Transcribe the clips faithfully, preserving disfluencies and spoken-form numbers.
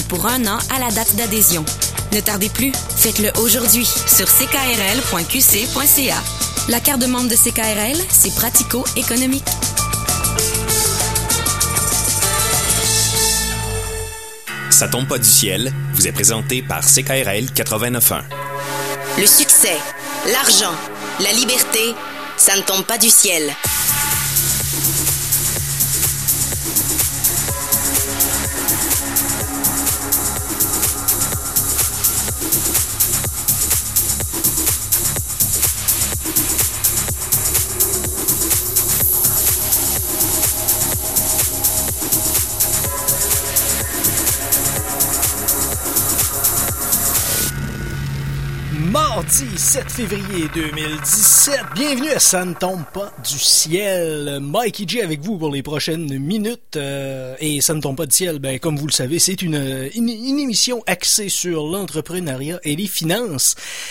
pour un an à la date d'adhésion. Ne tardez plus, faites-le aujourd'hui sur c k r l point q c point c a. La carte de membre de C K R L, c'est pratico-économique. Ça tombe pas du ciel vous est présenté par C K R L quatre-vingt-neuf un. Le succès, l'argent, la liberté, ça ne tombe pas du ciel. Mardi sept février deux mille dix-sept, bienvenue à Ça ne tombe pas du ciel. Mikey J avec vous pour les prochaines minutes. Euh, et Ça ne tombe pas du ciel, ben comme vous le savez, c'est une, une, une émission axée sur l'entrepreneuriat et les finances.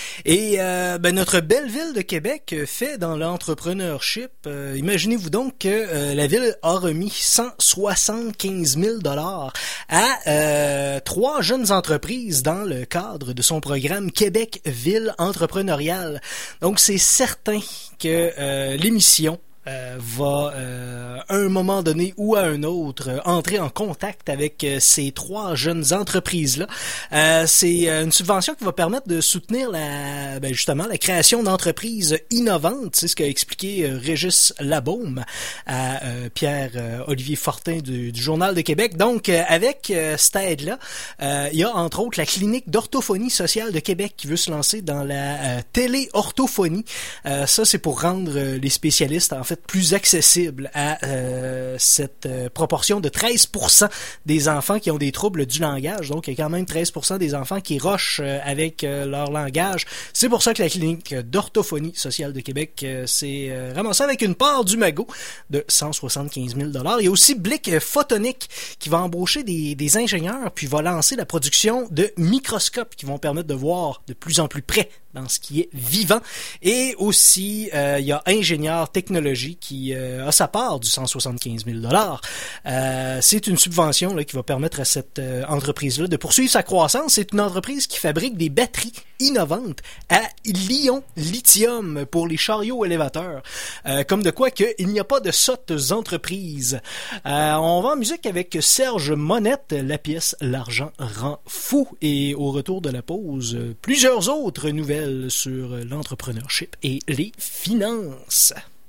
Et euh, ben notre belle ville de Québec fait dans l'entrepreneurship. Euh, imaginez-vous donc que euh, la ville a remis cent soixante-quinze mille dollars à euh, trois jeunes entreprises dans le cadre de son programme Québec Ville entrepreneuriale. Donc, c'est certain que euh, l'émission Euh, va euh, à un moment donné ou à un autre euh, entrer en contact avec euh, ces trois jeunes entreprises-là. Euh, c'est euh, une subvention qui va permettre de soutenir la, ben justement la création d'entreprises innovantes. C'est ce qu'a expliqué euh, Régis Labaume à euh, Pierre-Olivier euh, Fortin du, du Journal de Québec. Donc, euh, avec euh, cette aide-là, euh, il y a entre autres la clinique d'orthophonie sociale de Québec qui veut se lancer dans la euh, téléorthophonie. Euh, ça, c'est pour rendre euh, les spécialistes, en fait, plus accessible à euh, cette euh, proportion de treize pour cent des enfants qui ont des troubles du langage. Donc, il y a quand même treize pour cent des enfants qui rushent euh, avec euh, leur langage. C'est pour ça que la clinique d'orthophonie sociale de Québec euh, s'est euh, ramassée avec une part du magot de cent soixante-quinze mille dollars. Il y a aussi Blick Photonique qui va embaucher des, des ingénieurs puis va lancer la production de microscopes qui vont permettre de voir de plus en plus près dans ce qui est vivant. Et aussi, euh, il y a Ingénieur Technologie qui euh, a sa part du cent soixante-quinze mille dollars. Euh, c'est une subvention là, qui va permettre à cette euh, entreprise-là de poursuivre sa croissance. C'est une entreprise qui fabrique des batteries innovantes à l'ion lithium pour les chariots élévateurs. Euh, comme de quoi qu'il n'y a pas de sottes entreprises. Euh, on va en musique avec Serge Monette, la pièce L'argent rend fou. Et au retour de la pause, plusieurs autres nouvelles sur l'entrepreneurship et les finances.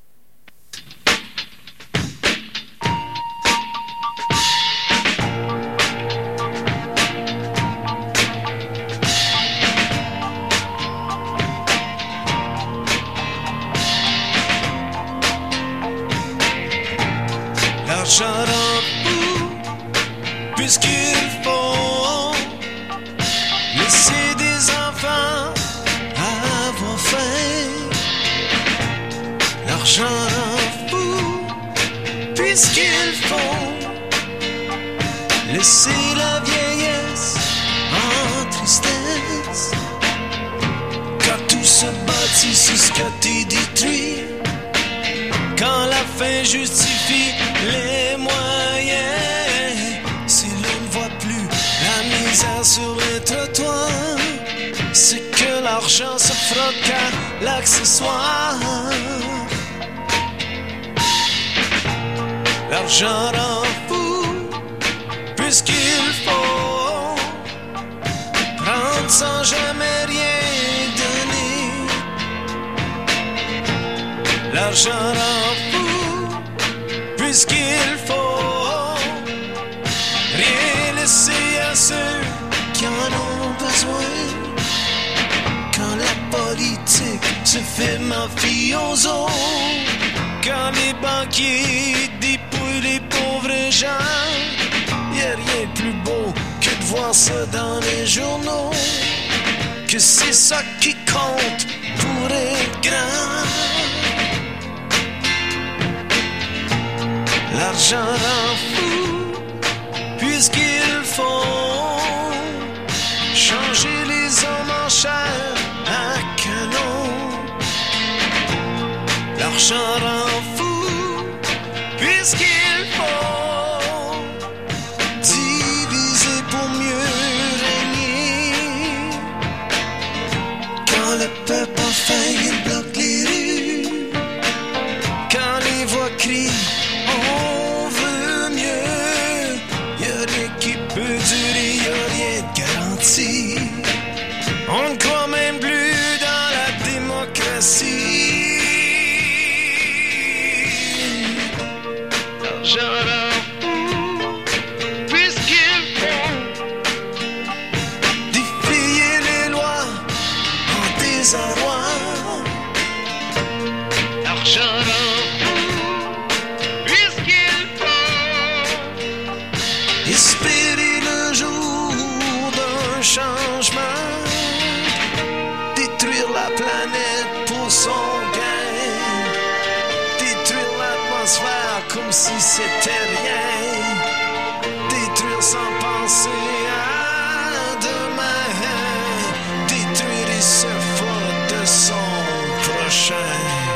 L'argent rend fou, puisqu'il faut laisser des enfants avoir faim. L'argent rend fou, puisqu'il faut laisser la vieillesse en tristesse. Quand tout se bâtit, c'est ce qu'a été détruit. Quand la fin justifie les moyens, si l'on ne voit plus la misère sur les trottoirs, c'est que l'argent se frotte qu'à l'accessoire. L'argent rend fou, puisqu'il faut prendre sans jamais rien donner. L'argent rend fou, puisqu'il faut rien laisser à ceux qui en ont besoin. Quand la politique se fait mafioso, quand les banquiers dépouillent les pauvres gens, y'a rien de plus beau que de voir ça dans les journaux, que c'est ça qui compte pour être grand. L'argent rend fou, puisqu'il faut changer les hommes en chair à canon. L'argent rend fou, puisqu'il faut diviser pour mieux peuple enfin il bloque les rues. Quand les voix crient, on veut mieux. Y'a rien qui peut durer, y'a rien de garanti. On ne croit même plus dans la démocratie. L'argent rend fou, puisqu'il faut défier les lois en désarroi. L'argent rend fou, puisqu'il faut espérer le jour d'un changement. Détruire la planète pour son gain. Détruire l'atmosphère comme si c'était rien. Détruire sans penser à demain. Détruire et se foutre de son prochain.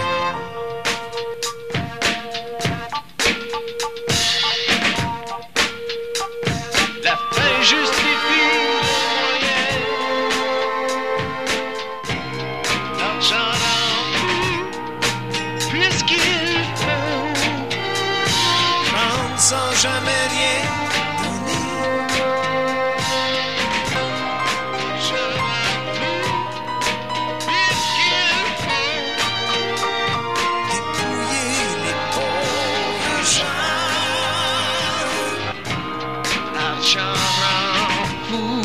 La fin justifie le moyen. L'argent rend fou, puisqu'il faut prendre sans jamais rien donner. L'argent rend fou, puisqu'il faut dépouiller les pauvres gens. L'argent rend fou.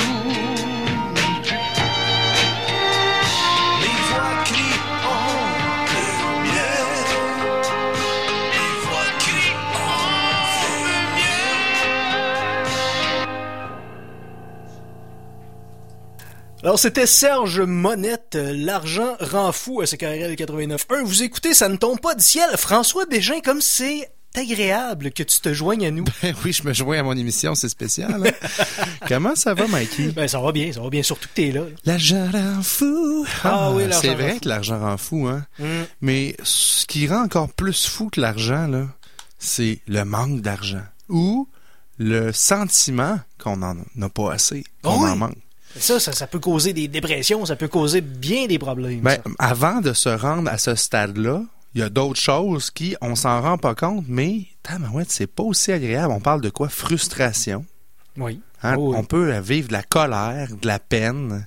Les voix crient, on veut mieux. Les voix crient, on veut mieux. Alors, c'était Serge Monette, euh, L'argent rend fou à C K R L quatre-vingt-neuf point un. Vous écoutez, ça ne tombe pas du ciel. François Bégin, comme c'est agréable que tu te joignes à nous. Ben oui, je me joins à mon émission, c'est spécial. Hein? Comment ça va, Mikey? Ben, ça va bien, ça va bien, surtout que t'es là. là. L'argent rend fou. Ah oui, l'argent c'est rend vrai fou. que l'argent rend fou, hein? Mm. Mais ce qui rend encore plus fou que l'argent, là, c'est le manque d'argent. Ou le sentiment qu'on n'en a pas assez, qu'on Oh oui. en manque. Ça, ça, ça peut causer des dépressions, ça peut causer bien des problèmes. Ben, ça. avant de se rendre à ce stade-là, il y a d'autres choses qui, on s'en rend pas compte, mais, tabarouette, c'est pas aussi agréable. On parle de quoi? Frustration. Oui. Hein? Oh oui. On peut vivre de la colère, de la peine.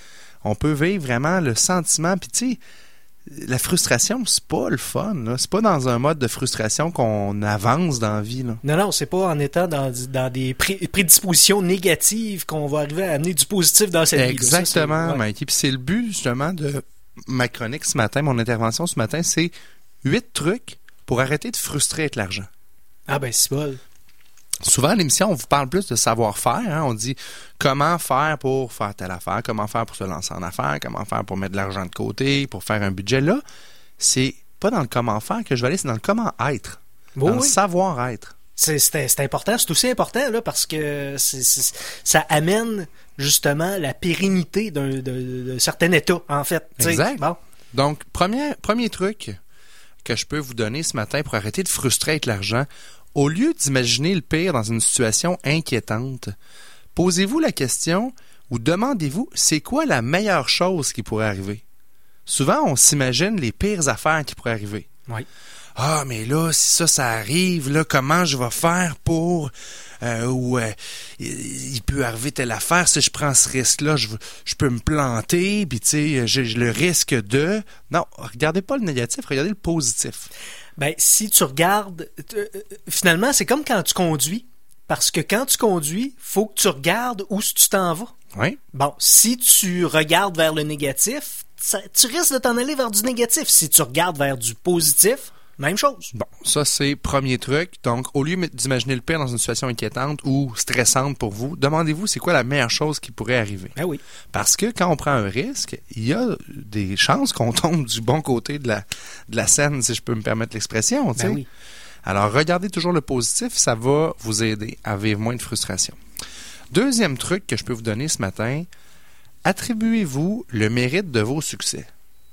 On peut vivre vraiment le sentiment. Puis tu sais, la frustration, c'est pas le fun. Là. C'est pas dans un mode de frustration qu'on avance dans la vie. Là. Non, non, c'est pas en étant dans, dans des pré- prédispositions négatives qu'on va arriver à amener du positif dans cette vie. Exactement, Ça, c'est- ouais. Mikey. Puis c'est le but, justement, de ma chronique ce matin, mon intervention ce matin, c'est huit trucs pour arrêter de frustrer avec l'argent. Ah ben, c'est bon. Souvent, à l'émission, on vous parle plus de savoir-faire. Hein? On dit comment faire pour faire telle affaire, comment faire pour se lancer en affaires, comment faire pour mettre de l'argent de côté, pour faire un budget. Là, c'est pas dans le comment faire que je vais aller, c'est dans le comment être. Bon, dans le oui. savoir-être. C'est, c'est, c'est important, c'est aussi important là, parce que c'est, c'est, ça amène justement la pérennité d'un, d'un, d'un certain état, en fait. T'sais. Exact. Bon. Donc, premier, premier truc que je peux vous donner ce matin pour arrêter de frustrer avec l'argent, au lieu d'imaginer le pire dans une situation inquiétante, posez-vous la question ou demandez-vous c'est quoi la meilleure chose qui pourrait arriver. Souvent, on s'imagine les pires affaires qui pourraient arriver. Oui. Ah, mais là, si ça, ça arrive, là, comment je vais faire pour... Euh, ou euh, il, il peut arriver telle affaire, si je prends ce risque-là, je, je peux me planter, puis tu sais, j'ai, j'ai le risque de... Non, regardez pas le négatif, regardez le positif. Ben, si tu regardes, euh, finalement, c'est comme quand tu conduis, parce que quand tu conduis, faut que tu regardes où tu t'en vas. Oui. Bon, si tu regardes vers le négatif, ça, tu risques de t'en aller vers du négatif. Si tu regardes vers du positif, même chose. Bon, ça, c'est premier truc. Donc, au lieu d'imaginer le pire dans une situation inquiétante ou stressante pour vous, demandez-vous c'est quoi la meilleure chose qui pourrait arriver. Ben oui. Parce que quand on prend un risque, il y a des chances qu'on tombe du bon côté de la, de la scène, si je peux me permettre l'expression. Tu sais. Ben oui. Alors, regardez toujours le positif, ça va vous aider à vivre moins de frustration. Deuxième truc que je peux vous donner ce matin, attribuez-vous le mérite de vos succès.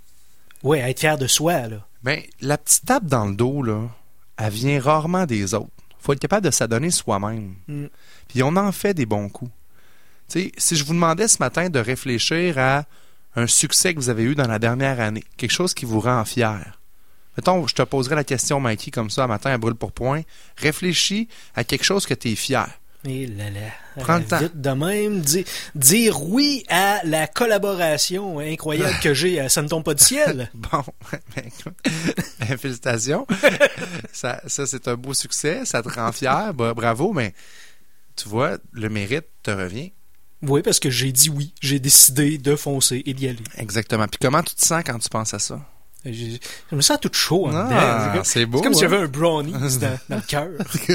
Oui, être fier de soi, là. Ben, la petite tape dans le dos, là, elle vient rarement des autres. Faut être capable de s'adonner soi-même. Mm. Puis on en fait des bons coups. Tu sais, si je vous demandais ce matin de réfléchir à un succès que vous avez eu dans la dernière année, quelque chose qui vous rend fier. Mettons, je te poserai la question, Mikey, comme ça, un matin, à brûle pour point. Réfléchis à quelque chose que tu es fier. Et là là. Prends le temps. Vite de même, dire, dire oui à la collaboration incroyable que j'ai à Ça ne tombe pas du ciel. Bon, ben, écoute, félicitations. ça, ça, c'est un beau succès. Ça te rend fier. Bah, bravo, mais tu vois, le mérite te revient. Oui, parce que j'ai dit oui. J'ai décidé de foncer et d'y aller. Exactement. Puis comment tu te sens quand tu penses à ça? Je, je me sens tout chaud en ah, dedans. C'est beau. C'est comme hein? si j'avais un brownie dans, dans le cœur.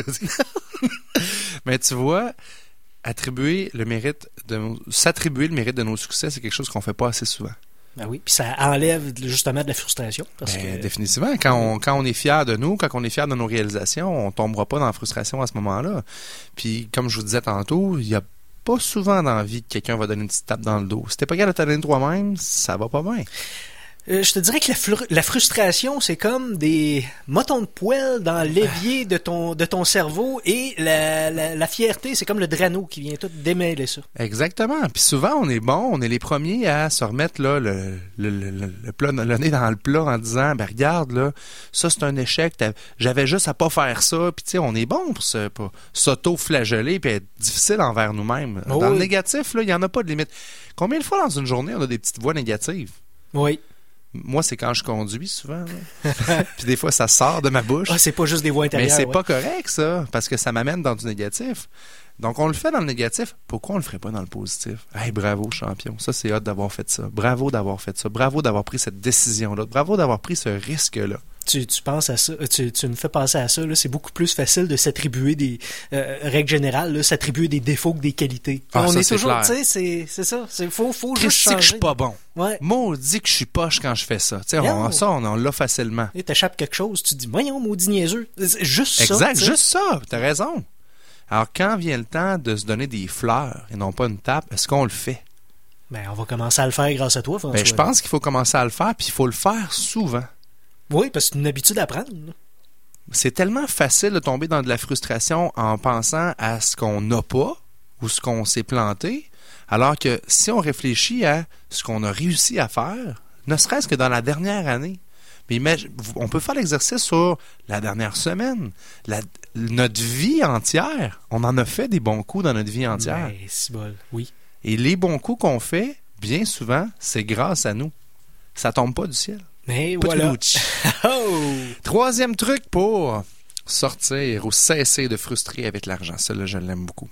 Mais tu vois, attribuer le mérite de nos, s'attribuer le mérite de nos succès, c'est quelque chose qu'on fait pas assez souvent. Ben oui, puis ça enlève justement de la frustration. Parce ben, que... Définitivement. Quand on, quand on est fier de nous, quand on est fier de nos réalisations, on tombera pas dans la frustration à ce moment-là. Puis, comme je vous disais tantôt, il y a pas souvent dans la vie que quelqu'un va donner une petite tape dans le dos. Si t'es pas capable de te donner toi-même, ça va pas bien. Euh, je te dirais que la, fru- la frustration, c'est comme des motons de poêle dans l'évier de ton, de ton cerveau et la, la, la fierté, c'est comme le drano qui vient tout démêler ça. Exactement. Puis souvent, on est bon, on est les premiers à se remettre là, le, le, le, le, plat, le nez dans le plat en disant, ben regarde, là, ça c'est un échec, j'avais juste à pas faire ça. Puis tu sais, on est bon pour, se, pour s'auto-flageller puis être difficile envers nous-mêmes. Oh dans oui. le négatif, là, il n'y en a pas de limite. Combien de fois dans une journée, on a des petites voix négatives? Oui. Moi, c'est quand je conduis souvent. Puis des fois, ça sort de ma bouche. Ah, c'est pas juste des voix intérieures. Mais c'est ouais. pas correct, ça, parce que ça m'amène dans du négatif. Donc, on le fait dans le négatif. Pourquoi on le ferait pas dans le positif? Hey, bravo, champion. Ça, c'est hot d'avoir fait ça. Bravo d'avoir fait ça. Bravo d'avoir pris cette décision-là. Bravo d'avoir pris ce risque-là. Tu, tu penses à ça, tu, tu me fais penser à ça, là, c'est beaucoup plus facile de s'attribuer des euh, règles générales, là, s'attribuer des défauts que des qualités. Ah, on ça, est c'est toujours, clair. tu sais, c'est, c'est ça, c'est faut, faut Christ, juste c'est que je changer. suis pas bon. Ouais. Maudit que je suis poche quand je fais ça. Tu sais, on, Non. ça, on, on l'a facilement. Et t'échappes quelque chose, tu te dis, voyons, maudit niaiseux. C'est juste ça. Exact, t'sais. juste ça. T'as raison. Alors, quand vient le temps de se donner des fleurs et non pas une tape, est-ce qu'on le fait? Ben, on va commencer à le faire grâce à toi, François. Ben, je pense qu'il faut commencer à le faire, puis il faut le faire souvent. Oui, parce que c'est une habitude à prendre. là. C'est tellement facile de tomber dans de la frustration en pensant à ce qu'on n'a pas ou ce qu'on s'est planté, alors que si on réfléchit à ce qu'on a réussi à faire, ne serait-ce que dans la dernière année, mais imagine, on peut faire l'exercice sur la dernière semaine, la, notre vie entière. On en a fait des bons coups dans notre vie entière. Ben, c'est bol, oui. Et les bons coups qu'on fait, bien souvent, c'est grâce à nous. Ça tombe pas du ciel. Mais Pas de voilà. louche. Oh! Troisième truc pour sortir ou cesser de frustrer avec l'argent. Celui-là, je l'aime beaucoup.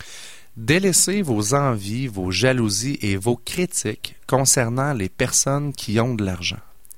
Délaissez vos envies, vos jalousies et vos critiques concernant les personnes qui ont de l'argent.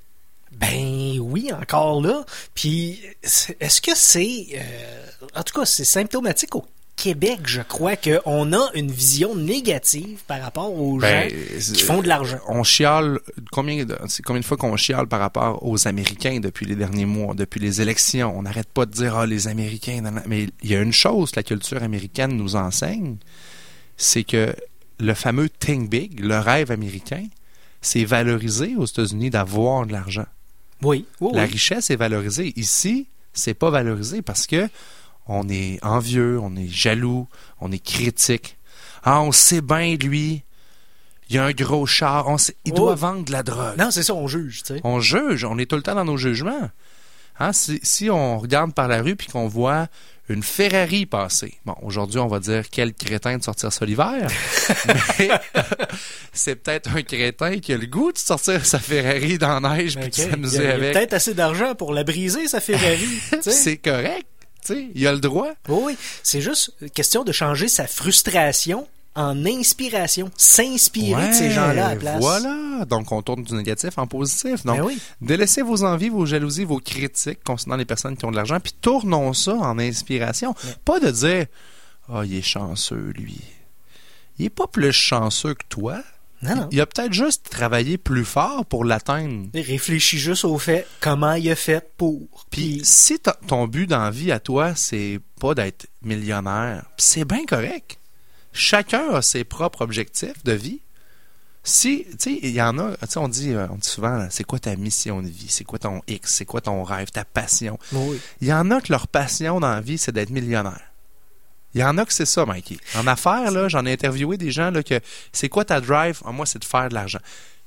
Ben oui, encore là. Puis, c'est- est-ce que c'est... euh, en tout cas, c'est symptomatique au Québec, je crois, qu'on a une vision négative par rapport aux Ben, gens qui font de l'argent. On chiale, combien de, c'est combien de fois qu'on chiale par rapport aux Américains depuis les derniers mois, depuis les élections. On n'arrête pas de dire, ah, les Américains, nan, nan. Mais il y a une chose que la culture américaine nous enseigne, c'est que le fameux think big, le rêve américain, c'est valorisé aux États-Unis d'avoir de l'argent. Oui, oui, La oui. richesse est valorisée. Ici, c'est pas valorisé parce que on est envieux, on est jaloux, on est critique. Ah, on sait bien, lui, il a un gros char, on sait, il Oh. doit vendre de la drogue. Non, c'est ça, on juge, tu sais. On juge, on est tout le temps dans nos jugements. Hein, si, si on regarde par la rue puis qu'on voit une Ferrari passer, bon, aujourd'hui, on va dire quel crétin de sortir ça l'hiver, mais c'est peut-être un crétin qui a le goût de sortir sa Ferrari dans la neige puis Ok. de Il y a, s'amuser il y a avec. peut-être assez d'argent pour la briser, sa Ferrari. tu sais. C'est correct, tu sais, il a le droit. Oui, oui. C'est juste question de changer sa frustration en inspiration. S'inspirer de ces Ouais, gens-là à la place. Voilà. Donc, on tourne du négatif en positif. Donc, Ben oui. délaissez vos envies, vos jalousies, vos critiques concernant les personnes qui ont de l'argent, puis tournons ça en inspiration. Ouais. Pas de dire « Ah, oh, il est chanceux, lui. » Il est pas plus chanceux que toi. Non, non. Il a peut-être juste travaillé plus fort pour l'atteindre. Réfléchis juste au fait comment il a fait pour. Puis, Puis, si t- ton but dans la vie à toi, c'est pas d'être millionnaire, pis c'est bien correct. Chacun a ses propres objectifs de vie. Si, tu sais, il y en a, tu sais, on dit, on dit souvent, c'est quoi ta mission de vie? C'est quoi ton X? C'est quoi ton rêve? Ta passion? oui. Il y en a que leur passion dans la vie, c'est d'être millionnaire. Il y en a que c'est ça, Mikey. En affaires, là, j'en ai interviewé des gens, là, que c'est quoi ta drive? Ah, moi, c'est de faire de l'argent.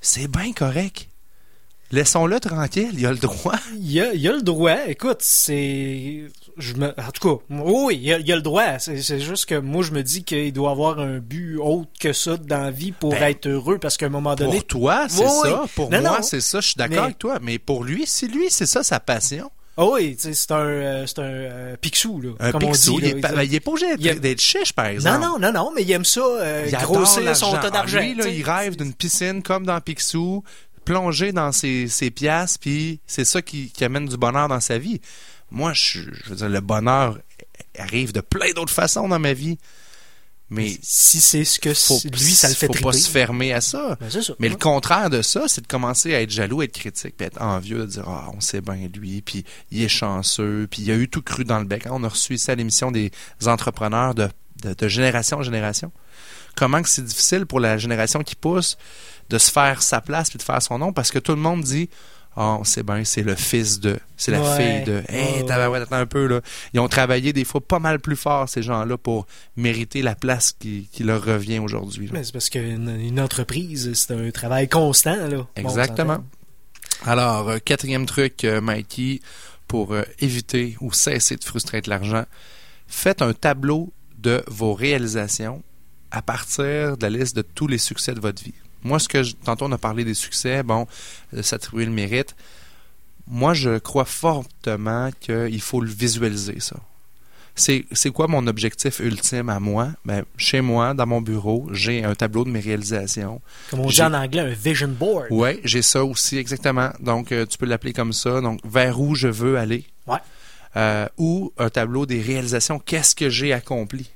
c'est bien correct. Laissons-le tranquille, il a le droit. Il a, il a le droit. Écoute, c'est... Je me... En tout cas, oui, il a, il a le droit. C'est, c'est juste que moi, je me dis qu'il doit avoir un but autre que ça dans la vie pour ben, être heureux, parce qu'à un moment donné... Pour toi, c'est oui, ça. oui. Pour non, moi, non. c'est ça. Je suis d'accord Mais... avec toi. Mais pour lui, si lui, c'est ça sa passion. Ah oui, c'est un, euh, c'est un euh, picsou, là, un comme picsou, on dit. Il, là, est pas, il est pas obligé d'être, il... d'être chiche, par exemple. Non, non, non, non, mais il aime ça, euh, il grossir son tas d'argent. Lui, là, il rêve d'une piscine comme dans Picsou, plonger dans ses, ses piastres, puis c'est ça qui, qui amène du bonheur dans sa vie. Moi, je, je veux dire, le bonheur arrive de plein d'autres façons dans ma vie. Mais si c'est ce que faut, lui, ça le fait faut triper. Pas se fermer à ça. Ben, c'est ça. Mais ouais. le contraire de ça, c'est de commencer à être jaloux, être critique, puis être envieux, de dire « Ah, on sait bien lui, puis il est chanceux, puis il a eu tout cru dans le bec. » On a reçu ici à l'émission des entrepreneurs de, de, de génération en génération. Comment que c'est difficile pour la génération qui pousse de se faire sa place puis de faire son nom, parce que tout le monde dit « Ah, on sait bien, c'est le fils de, c'est la ouais. fille de. » Hey, oh, tabarouette, attends un peu, là. Ils ont travaillé des fois pas mal plus fort, ces gens-là, pour mériter la place qui, qui leur revient aujourd'hui. Là. Mais c'est parce qu'une une entreprise, c'est un travail constant, là. Exactement. Bon, alors, euh, quatrième truc, euh, Mikey, pour euh, éviter ou cesser de frustrer avec l'argent, faites un tableau de vos réalisations à partir de la liste de tous les succès de votre vie. Moi, ce que je, tantôt on a parlé des succès, bon, de s'attribuer le mérite. Moi, je crois fortement qu'il faut le visualiser, ça. C'est, c'est quoi mon objectif ultime à moi? Ben, chez moi, dans mon bureau, j'ai un tableau de mes réalisations. Comme on dit j'ai... en anglais, un vision board. Oui, j'ai ça aussi, exactement. Donc, euh, tu peux l'appeler comme ça. Donc, vers où je veux aller. Ouais. Euh, ou un tableau des réalisations. Qu'est-ce que j'ai accompli?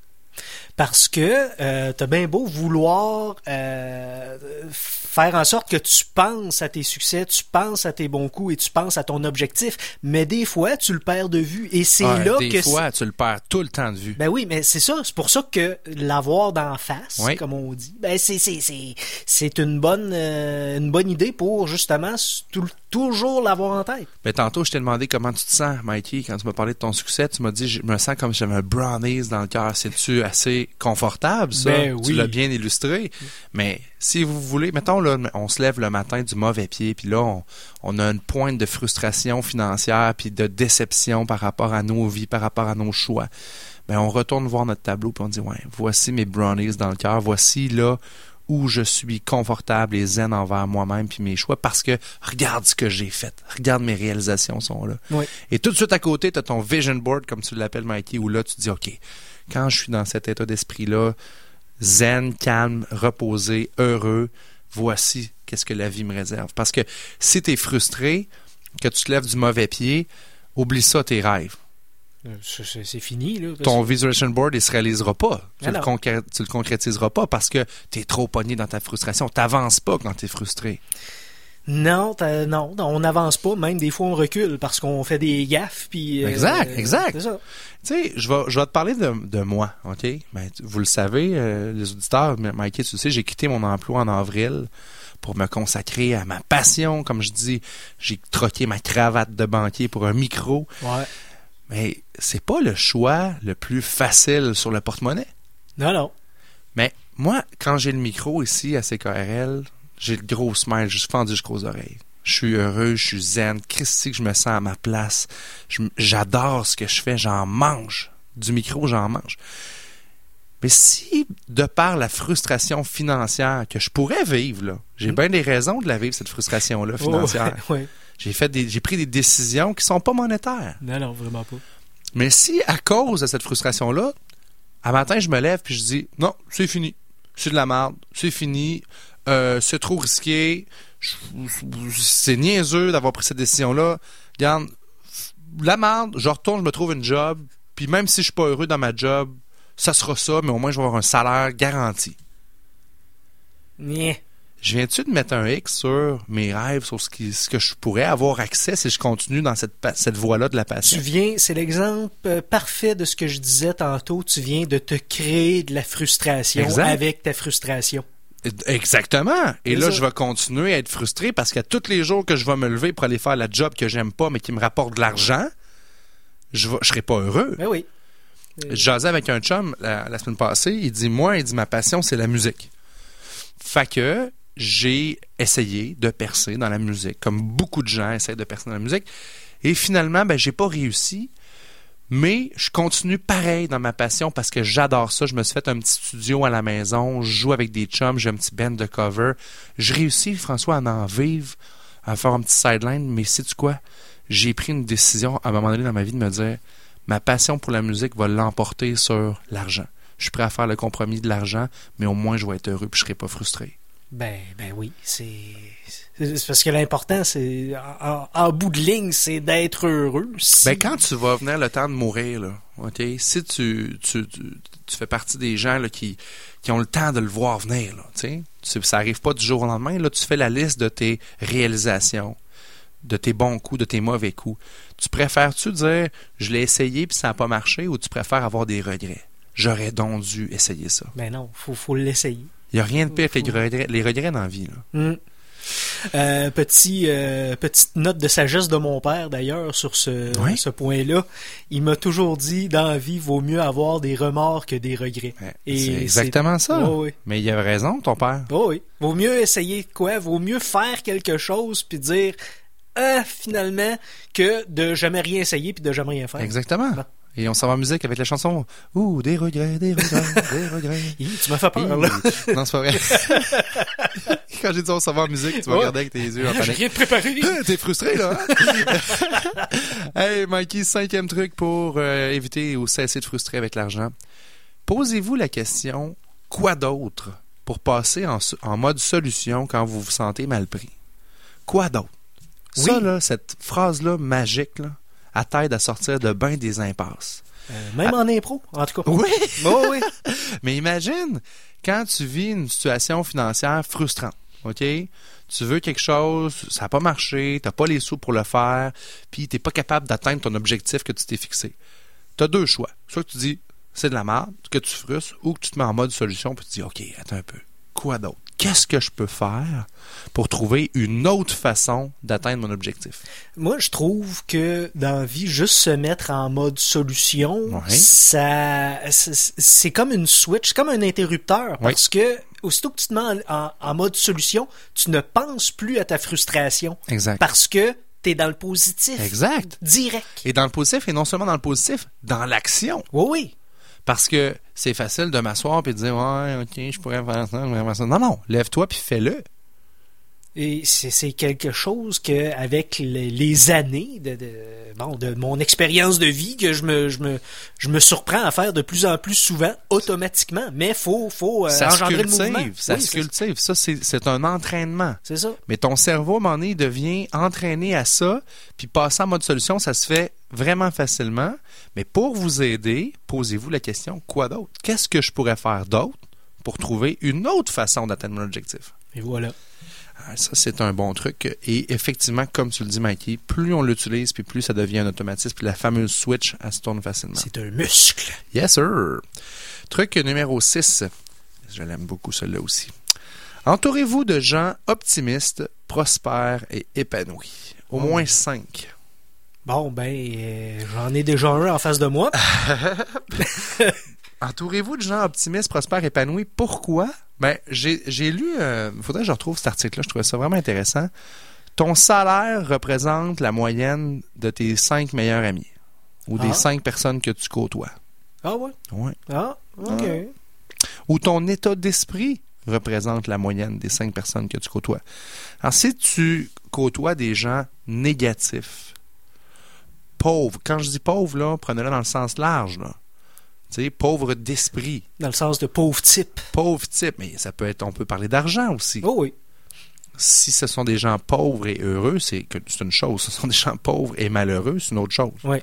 Parce que euh, t'as bien beau vouloir euh, faire en sorte que tu penses à tes succès, tu penses à tes bons coups et tu penses à ton objectif, mais des fois, tu le perds de vue. Et c'est ouais, là des que... Des fois, tu le perds tout le temps de vue. Ben oui, mais c'est ça. C'est pour ça que l'avoir d'en face, oui. comme on dit, ben c'est, c'est, c'est, c'est une bonne euh, une bonne idée pour, justement, tout, toujours l'avoir en tête. Ben, tantôt, je t'ai demandé comment tu te sens, Mikey, quand tu m'as parlé de ton succès. Tu m'as dit, je me sens comme si j'avais un brownies dans le cœur. C'est-tu assez confortable, ça? Ben, tu oui. l'as bien illustré. Mais si vous voulez, mettons, là, on se lève le matin du mauvais pied, puis là, on, on a une pointe de frustration financière, puis de déception par rapport à nos vies, par rapport à nos choix. Ben, on retourne voir notre tableau, puis on dit, ouais, voici mes brownies dans le cœur, voici là où je suis confortable et zen envers moi-même puis mes choix, parce que regarde ce que j'ai fait, regarde mes réalisations sont là. Oui. Et tout de suite à côté, tu as ton vision board, comme tu l'appelles, Mikey, où là, tu te dis, OK, quand je suis dans cet état d'esprit-là, zen, calme, reposé, heureux, voici qu'est-ce que la vie me réserve. Parce que si tu es frustré, que tu te lèves du mauvais pied, oublie ça, tes rêves. C'est, c'est fini, là. Ton visualization board, il ne se réalisera pas. Tu, ah le concré- tu le concrétiseras pas parce que tu es trop pogné dans ta frustration. Tu n'avances pas quand tu es frustré. Non, non, on n'avance pas. Même des fois, on recule parce qu'on fait des gaffes. Puis, exact, euh, exact. C'est ça. Tu sais, je vais, je vais te parler de, de moi, OK? Ben, vous le savez, euh, les auditeurs, Mikey, tu sais, j'ai quitté mon emploi en avril pour me consacrer à ma passion. Comme je dis, j'ai troqué ma cravate de banquier pour un micro. Ouais. Mais c'est pas le choix le plus facile sur le porte-monnaie. Non, non. Mais moi, quand j'ai le micro ici à C K R L, j'ai le gros smile, je suis fendu jusqu'aux oreilles. Je suis heureux, je suis zen. Christy, que je me sens à ma place. Je, j'adore ce que je fais, j'en mange. Du micro, j'en mange. Mais si, de par la frustration financière que je pourrais vivre, là, j'ai mmh. bien des raisons de la vivre, cette frustration-là financière. Oh, ouais, ouais. J'ai fait des, j'ai pris des décisions qui sont pas monétaires. Non, non, vraiment pas. Mais si, à cause de cette frustration-là, à matin, je me lève puis je dis, non, c'est fini. C'est de la merde. C'est fini. Euh, c'est trop risqué. Je, c'est niaiseux d'avoir pris cette décision-là. Regarde, la merde, je retourne, je me trouve une job. Puis même si je suis pas heureux dans ma job, ça sera ça, mais au moins je vais avoir un salaire garanti. Yeah. Je viens-tu de mettre un X sur mes rêves, sur ce, qui, ce que je pourrais avoir accès si je continue dans cette, cette voie-là de la passion? Tu viens, c'est l'exemple parfait de ce que je disais tantôt, tu viens de te créer de la frustration exact. Avec ta frustration. Exactement. Et c'est là, ça. Je vais continuer à être frustré parce qu'à tous les jours que je vais me lever pour aller faire la job que j'aime pas, mais qui me rapporte de l'argent, je ne serai pas heureux. Ben oui. Je jasais avec un chum la, la semaine passée, il dit, moi, il dit, ma passion, c'est la musique. Fait que j'ai essayé de percer dans la musique, comme beaucoup de gens essayent de percer dans la musique. Et finalement, ben, j'ai pas réussi. Mais je continue pareil dans ma passion parce que j'adore ça. Je me suis fait un petit studio à la maison. Je joue avec des chums. J'ai un petit band de cover. Je réussis, François, à en vivre, à faire un petit sideline. Mais sais-tu quoi? J'ai pris une décision à un moment donné dans ma vie de me dire ma passion pour la musique va l'emporter sur l'argent. Je suis prêt à faire le compromis de l'argent, mais au moins je vais être heureux et je ne serai pas frustré. Ben, ben oui, c'est... c'est parce que l'important, c'est en, en bout de ligne, c'est d'être heureux. Si... Ben quand tu vas venir le temps de mourir, là, ok, si tu, tu, tu, tu fais partie des gens là, qui, qui ont le temps de le voir venir, là, tu sais, ça arrive pas du jour au lendemain, là, tu fais la liste de tes réalisations, de tes bons coups, de tes mauvais coups. Tu préfères-tu dire je l'ai essayé puis ça n'a pas marché, ou tu préfères avoir des regrets? J'aurais donc dû essayer ça. Ben non, faut, faut l'essayer. Il n'y a rien de pire que les regrets, les regrets dans la vie. Là. Mm. Euh, petit, euh, petite note de sagesse de mon père, d'ailleurs, sur ce, oui. ce point-là. Il m'a toujours dit, dans la vie, il vaut mieux avoir des remords que des regrets. Ouais, Et c'est exactement c'est... ça. Oh, oui. Mais il avait raison, ton père. Oh, oui. Vaut mieux essayer quoi? Vaut mieux faire quelque chose puis dire, ah, finalement, que de jamais rien essayer puis de jamais rien faire. Exactement. Bon. Et on s'en va en musique avec la chanson « Ouh, des regrets, des regrets, des regrets. » Tu m'as fait peur, là. Non, c'est pas vrai. Quand j'ai dit on s'en va en musique, tu m'as ouais. regardé avec tes yeux en panique. J'ai rien préparé. T'es frustré, là. Hein? Hey, Mikey, cinquième truc pour euh, éviter ou cesser de frustrer avec l'argent. Posez-vous la question « Quoi d'autre pour passer en, en mode solution quand vous vous sentez mal pris? » Quoi d'autre? Oui. Ça, là, cette phrase-là magique, là, elle t'aide à sortir de bien des impasses. Euh, même à... en impro, en tout cas. Oui! Oh, oui. Mais imagine, quand tu vis une situation financière frustrante, OK? Tu veux quelque chose, ça n'a pas marché, tu n'as pas les sous pour le faire, puis tu n'es pas capable d'atteindre ton objectif que tu t'es fixé. Tu as deux choix. Soit que tu dis, c'est de la merde, que tu frustres, ou que tu te mets en mode solution, puis tu dis, OK, attends un peu. Quoi d'autre? Qu'est-ce que je peux faire pour trouver une autre façon d'atteindre mon objectif? Moi, je trouve que dans la vie, juste se mettre en mode solution, oui. ça, c'est, c'est comme une switch, c'est comme un interrupteur. Parce oui. que aussitôt que tu te mets en, en, en mode solution, tu ne penses plus à ta frustration. Exact. Parce que tu es dans le positif. Exact. Direct. Et dans le positif, et non seulement dans le positif, dans l'action. Oui, oui. Parce que c'est facile de m'asseoir et de dire « Ouais, OK, je pourrais faire ça, je pourrais faire ça. » Non, non, lève-toi puis fais-le. Et c'est, c'est quelque chose que avec les, les années de, de, bon, de mon expérience de vie que je me, je, me, je me surprends à faire de plus en plus souvent, automatiquement. Mais il faut, faut euh, ça engendrer se cultive, le mouvement. Ça oui, se cultive. Ça, c'est, c'est un entraînement. C'est ça. Mais ton cerveau, à un moment donné, devient entraîné à ça, puis passer en mode solution, ça se fait vraiment facilement. Mais pour vous aider, posez-vous la question, quoi d'autre? Qu'est-ce que je pourrais faire d'autre pour trouver une autre façon d'atteindre mon objectif? Et voilà. Ça, c'est un bon truc. Et effectivement, comme tu le dis, Mikey, plus on l'utilise, puis plus ça devient un automatisme, puis la fameuse switch, elle se tourne facilement. C'est un muscle. Yes, sir. Truc numéro six. Je l'aime beaucoup, celui-là aussi. Entourez-vous de gens optimistes, prospères et épanouis. Au oh. moins cinq. Bon, ben, euh, j'en ai déjà un en face de moi. Entourez-vous de gens optimistes, prospères, épanouis. Pourquoi? Ben, j'ai, j'ai lu, il euh, faudrait que je retrouve cet article-là, je trouvais ça vraiment intéressant. Ton salaire représente la moyenne de tes cinq meilleurs amis ou ah. des cinq personnes que tu côtoies. Ah ouais? Oui. Ah, OK. Ah. Ou ton état d'esprit représente la moyenne des cinq personnes que tu côtoies. Alors, si tu côtoies des gens négatifs, pauvres, quand je dis pauvre, là, prenez-le dans le sens large, là. Tu sais, pauvre d'esprit. Dans le sens de pauvre type. Pauvre type, mais ça peut être, on peut parler d'argent aussi. Oh oui. Si ce sont des gens pauvres et heureux, c'est, que, c'est une chose. Si ce sont des gens pauvres et malheureux, c'est une autre chose. Oui.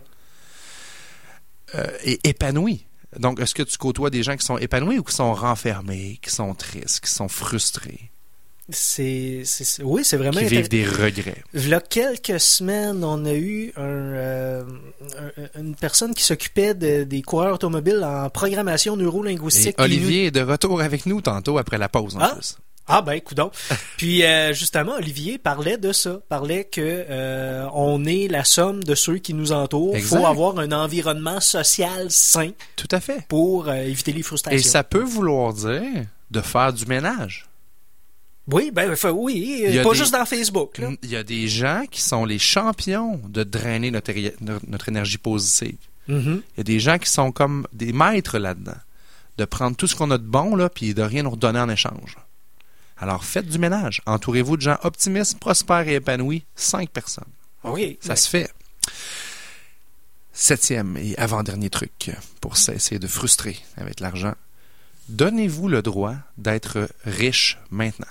Euh, et épanouis. Donc, est-ce que tu côtoies des gens qui sont épanouis ou qui sont renfermés, qui sont tristes, qui sont frustrés? C'est, c'est, oui, c'est vraiment... Qui vivent des regrets. Il y a quelques semaines, on a eu un, euh, un, une personne qui s'occupait de, des coureurs automobiles en programmation neurolinguistique. Et Olivier nous... est de retour avec nous tantôt après la pause, en ah? plus. Ah ben, coudonc. Puis euh, justement, Olivier parlait de ça, parlait que euh, on est la somme de ceux qui nous entourent. Il faut avoir un environnement social sain. Tout à fait. Pour euh, éviter les frustrations. Et ça peut vouloir dire de faire du ménage. Oui, ben oui, Il y a pas des- juste dans Facebook. Là. Il y a des gens qui sont les champions de drainer notre, éri- notre énergie positive. Mm-hmm. Il y a des gens qui sont comme des maîtres là-dedans, de prendre tout ce qu'on a de bon, là, puis de rien nous redonner en échange. Alors, faites du ménage. Entourez-vous de gens optimistes, prospères et épanouis. Cinq personnes. Oui. Ça se fait. Septième et avant-dernier truc pour cesser de frustrer avec l'argent. Donnez-vous le droit d'être riche maintenant.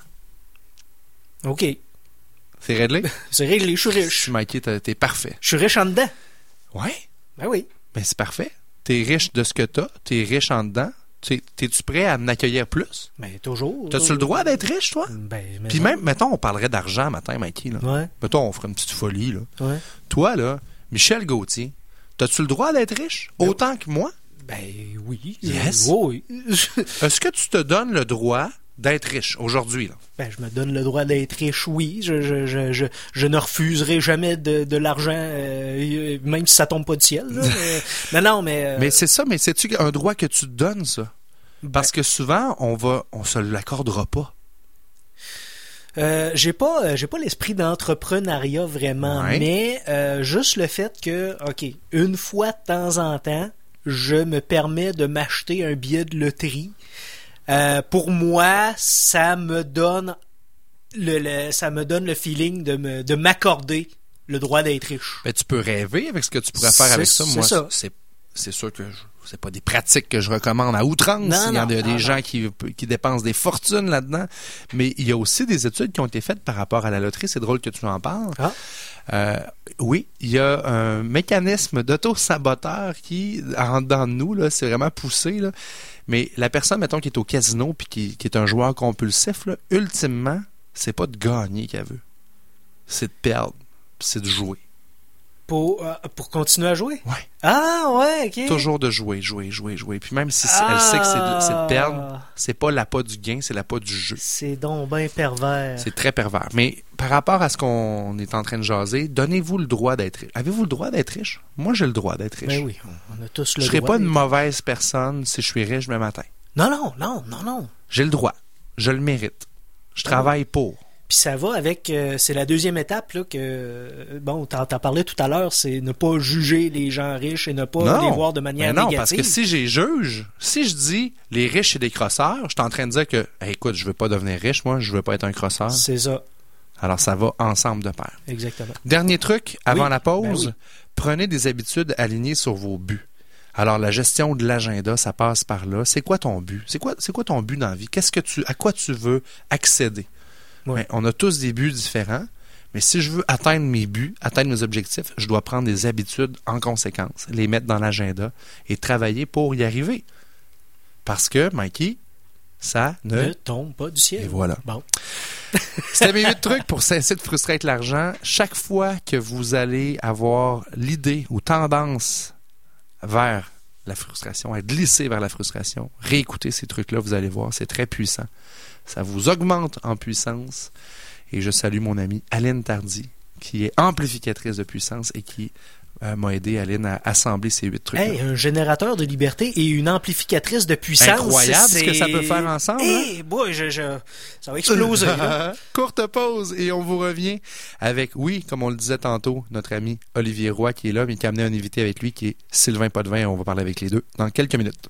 OK. C'est réglé? C'est réglé, je suis riche. Mikey, t'es t'es parfait. Je suis riche en dedans. Ouais. Ben oui. Ben c'est parfait. T'es riche de ce que t'as. T'es riche en dedans. T'es- T'es-tu prêt à m'accueillir plus? Ben toujours. T'as-tu le droit d'être riche, toi? Ben, mais Puis non. même, mettons, on parlerait d'argent matin, Mikey. Là. Ouais, Mettons, on ferait une petite folie. Là. ouais. Toi, là, Michel Gauthier, t'as-tu le droit d'être riche? Ben- Autant que moi? Ben oui. Yes. Euh, oui, oui. Est-ce que tu te donnes le droit d'être riche aujourd'hui? Là? Ben, je me donne le droit d'être riche, oui. Je, je, je, je, je ne refuserai jamais de, de l'argent, euh, même si ça tombe pas du ciel. Là, mais, non, non, mais... euh, Mais c'est ça, mais c'est-tu un droit que tu te donnes, ça? Parce que souvent, on va, on se l'accordera pas. Euh, j'ai pas euh, j'ai pas l'esprit d'entrepreneuriat vraiment, Ouais. mais euh, juste le fait que, OK, une fois de temps en temps, je me permets de m'acheter un billet de loterie. Euh, pour moi, ça me donne le, le ça me donne le feeling de me de m'accorder le droit d'être riche. Ben, tu peux rêver avec ce que tu pourrais faire C'est- avec ça. c'est Moi, ça. c'est c'est sûr que je- c'est pas des pratiques que je recommande à outrance. Non, il y a non, des, non, des non. gens qui, qui dépensent des fortunes là-dedans. Mais il y a aussi des études qui ont été faites par rapport à la loterie. C'est drôle que tu en parles. Ah. Euh, oui, il y a un mécanisme d'auto-saboteur qui, en dedans de nous, là, c'est vraiment poussé. Là. Mais la personne, mettons, qui est au casino puis qui, qui est un joueur compulsif, là, ultimement, c'est pas de gagner qu'elle veut. C'est de perdre. puis C'est de jouer. Pour euh, pour continuer à jouer. Ouais. Ah ouais, OK. Toujours de jouer, jouer, jouer, jouer. Puis même si elle sait que c'est de, c'est de perdre, c'est pas l'appât du gain, c'est l'appât du jeu. C'est donc ben pervers. C'est très pervers. Mais par rapport à ce qu'on est en train de jaser, donnez-vous le droit d'être riche. Avez-vous le droit d'être riche? Moi, j'ai le droit d'être riche. Ben oui, on a tous le je serai droit. pas une d'être- mauvaise personne si je suis riche demain matin. Non, non, non, non, non. J'ai le droit. Je le mérite. Je travaille pour. Puis ça va avec, euh, c'est la deuxième étape là que, euh, bon, t'en, t'en parlais tout à l'heure, c'est ne pas juger les gens riches et ne pas les voir de manière mais non, négative. parce que si j'ai juge, si je dis les riches c'est des crosseurs, je suis en train de dire que, hey, écoute, je veux pas devenir riche, moi, je veux pas être un crosseur. C'est ça, Alors ça va ensemble de pair. exactement. Dernier truc, avant Oui, la pause, ben oui. prenez des habitudes alignées sur vos buts. Alors la gestion de l'agenda, ça passe par là. C'est quoi ton but? C'est quoi, c'est quoi ton but dans la vie? Qu'est-ce que tu, à quoi tu veux accéder? Oui. Ben, on a tous des buts différents, mais si je veux atteindre mes buts, atteindre mes objectifs, je dois prendre des habitudes en conséquence, les mettre dans l'agenda et travailler pour y arriver. Parce que, Mikey, ça ne... Ne tombe pas du ciel. Et voilà. Bon. C'était mes huit trucs pour cesser de frustrer avec l'argent. Chaque fois que vous allez avoir l'idée ou tendance vers la frustration, à glisser vers la frustration, réécoutez ces trucs-là, vous allez voir, c'est très puissant. Ça vous augmente en puissance. Et je salue mon amie Aline Tardy, qui est amplificatrice de puissance et qui euh, m'a aidé, Aline, à assembler ces huit trucs. Hey, un générateur de liberté et une amplificatrice de puissance. Incroyable c'est... ce que ça peut faire ensemble, Hey, boy, je, je... ça va exploser. là. Courte pause et on vous revient avec, oui, comme on le disait tantôt, notre ami Olivier Roy qui est là, mais qui a amené un invité avec lui qui est Sylvain Potvin. On va parler avec les deux dans quelques minutes.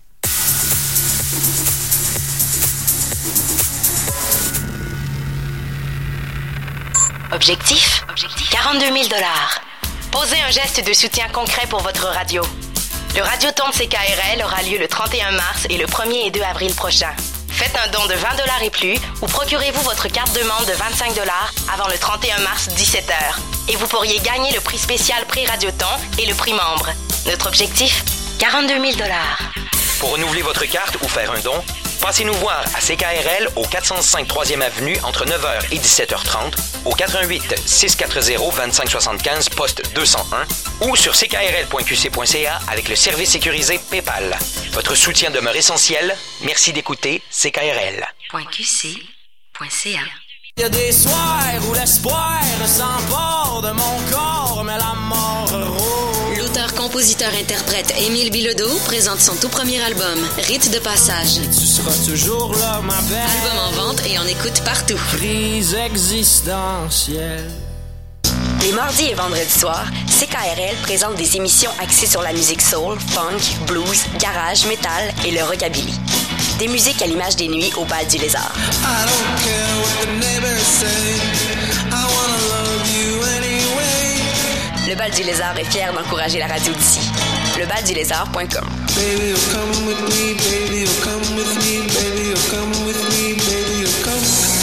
Objectif? quarante-deux mille dollars. Posez un geste de soutien concret pour votre radio. Le Radioton de C K R L aura lieu le trente et un mars et le premier et deux avril prochain. Faites un don de vingt dollars et plus ou procurez-vous votre carte de membre de vingt-cinq dollars avant le trente et un mars dix-sept heures. Et vous pourriez gagner le prix spécial prix Radioton et le prix membre. Notre objectif? quarante-deux mille dollars. Pour renouveler votre carte ou faire un don, passez nous voir à C K R L au quatre cent cinq troisième Avenue entre neuf heures et dix-sept heures trente, au quatre un huit, six quatre zéro, deux cinq sept cinq, poste deux cent un ou sur c k r l point q c point c a avec le service sécurisé PayPal. Votre soutien demeure essentiel. Merci d'écouter C K R L. .q c point c a. Il y a des soirs où l'espoir s'empare de mon corps, mais la mort rôde. L'auteur L'auteur-compositeur-interprète Émile Bilodeau présente son tout premier album, Rite de passage. Tu seras toujours là, ma belle. Album en vente et on écoute partout. Crise existentielle. Les mardis et vendredis soirs, C K R L présente des émissions axées sur la musique soul, funk, blues, garage, metal et le rockabilly. Des musiques à l'image des nuits au Bal du Lézard. I don't care what the neighbors say. I wanna love you anyway. Le Bal du Lézard est fier d'encourager la radio d'ici. le bal du lézard point com. Baby, you'll come with me, baby, you'll come with me, baby, you'll come with me, baby, you'll come with me.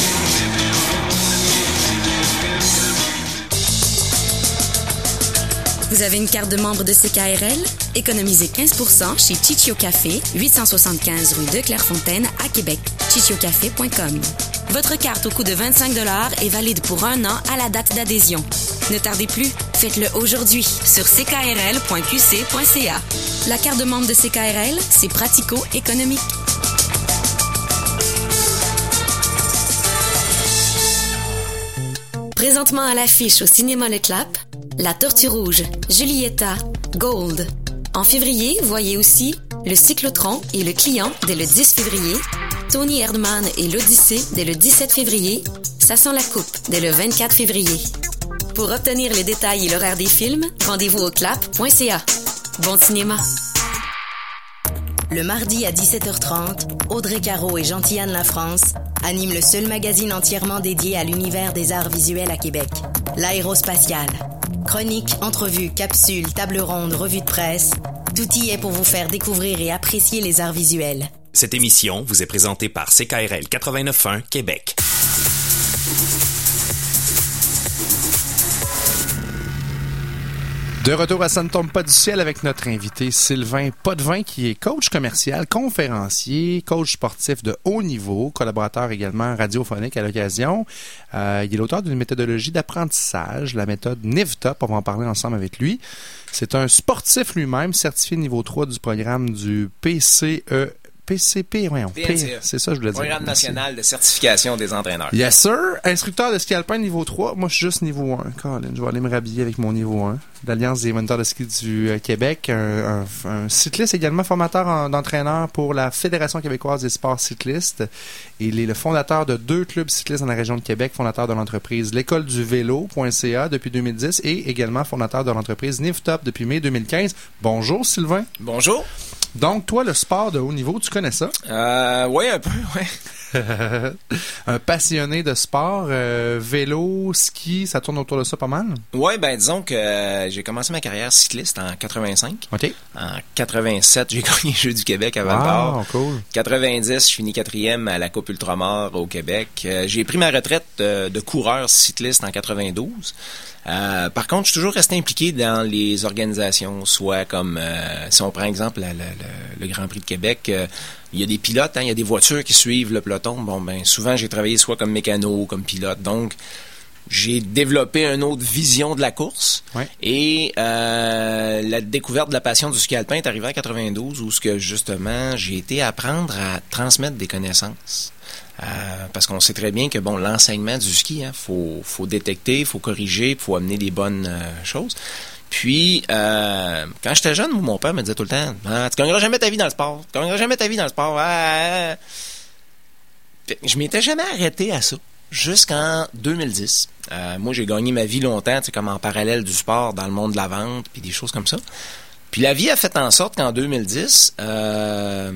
Vous avez une carte de membre de C K R L? Économisez quinze pour cent chez Chichio Café, huit cent soixante-quinze rue de Clairefontaine à Québec. chichio café point com. Votre carte au coût de vingt-cinq dollars est valide pour un an à la date d'adhésion. Ne tardez plus, faites-le aujourd'hui sur c k r l point q c point c a. La carte de membre de C K R L, c'est pratico-économique. Présentement à l'affiche au cinéma Le Clap, La Tortue Rouge, Julieta, Gold. En février, voyez aussi Le Cyclotron et Le Client dès le dix février, Tony Erdmann et l'Odyssée dès le dix-sept février, Ça sent la coupe dès le vingt-quatre février. Pour obtenir les détails et l'horaire des films, rendez-vous au clap point c a. Bon cinéma! Le mardi à dix-sept heures trente, Audrey Caro et Gentillane Lafrance animent le seul magazine entièrement dédié à l'univers des arts visuels à Québec, l'Aérospatiale. Chroniques, entrevues, capsules, tables rondes, revues de presse, tout y est pour vous faire découvrir et apprécier les arts visuels. Cette émission vous est présentée par C K R L quatre-vingt-neuf point un Québec. De retour à Ça ne tombe pas du ciel avec notre invité Sylvain Potvin, qui est coach commercial, conférencier, coach sportif de haut niveau, collaborateur également radiophonique à l'occasion. Euh, il est l'auteur d'une méthodologie d'apprentissage, la méthode N I V T O P. On va en parler ensemble avec lui. C'est un sportif lui-même, certifié niveau trois du programme du P C E. P C P, voyons. P, c'est ça, je voulais dire. Programme national de certification des entraîneurs. Yes, sir. Instructeur de ski alpin niveau trois. Moi, je suis juste niveau un. Colin, je vais aller me rhabiller avec mon niveau un. L'Alliance des moniteurs de ski du euh, Québec. Un, un, un cycliste également, formateur en, d'entraîneur pour la Fédération québécoise des sports cyclistes. Il est le fondateur de deux clubs cyclistes dans la région de Québec, fondateur de l'entreprise l'école du vélo point c a depuis deux mille dix et également fondateur de l'entreprise N I V T O P depuis mai deux mille quinze. Bonjour, Sylvain. Bonjour. Donc, toi, le sport de haut niveau, tu connais ça? Euh, oui, un peu, oui. Un passionné de sport, euh, vélo, ski, ça tourne autour de ça pas mal? Oui, ben disons que euh, j'ai commencé ma carrière cycliste en quatre-vingt-cinq. OK. En quatre-vingt-sept, j'ai gagné les Jeux du Québec à Val-d'Or. Ah, cool. quatre-vingt-dix, je finis quatrième à la Coupe Ultramar au Québec. Euh, j'ai pris ma retraite euh, de coureur cycliste en quatre-vingt-douze. Euh, par contre, je suis toujours resté impliqué dans les organisations, soit comme, euh, si on prend exemple la, la, la, le Grand Prix de Québec, euh, il y a des pilotes, hein, il y a des voitures qui suivent le peloton. Bon, ben souvent, j'ai travaillé soit comme mécano, comme pilote. Donc, j'ai développé une autre vision de la course. Ouais. Et euh, la découverte de la passion du ski alpin est arrivée en quatre-vingt-douze, où ce que justement, j'ai été apprendre à transmettre des connaissances. Euh, parce qu'on sait très bien que bon, l'enseignement du ski, hein, faut, faut détecter, faut corriger, faut amener des bonnes euh, choses. Puis, euh, quand j'étais jeune, mon père me disait tout le temps, ah, tu gagneras jamais ta vie dans le sport, tu gagneras jamais ta vie dans le sport. Ah, ah. Je m'étais jamais arrêté à ça, jusqu'en deux mille dix. Euh, moi, j'ai gagné ma vie longtemps, tu sais, comme en parallèle du sport, dans le monde de la vente, puis des choses comme ça. Puis la vie a fait en sorte qu'en deux mille dix, euh,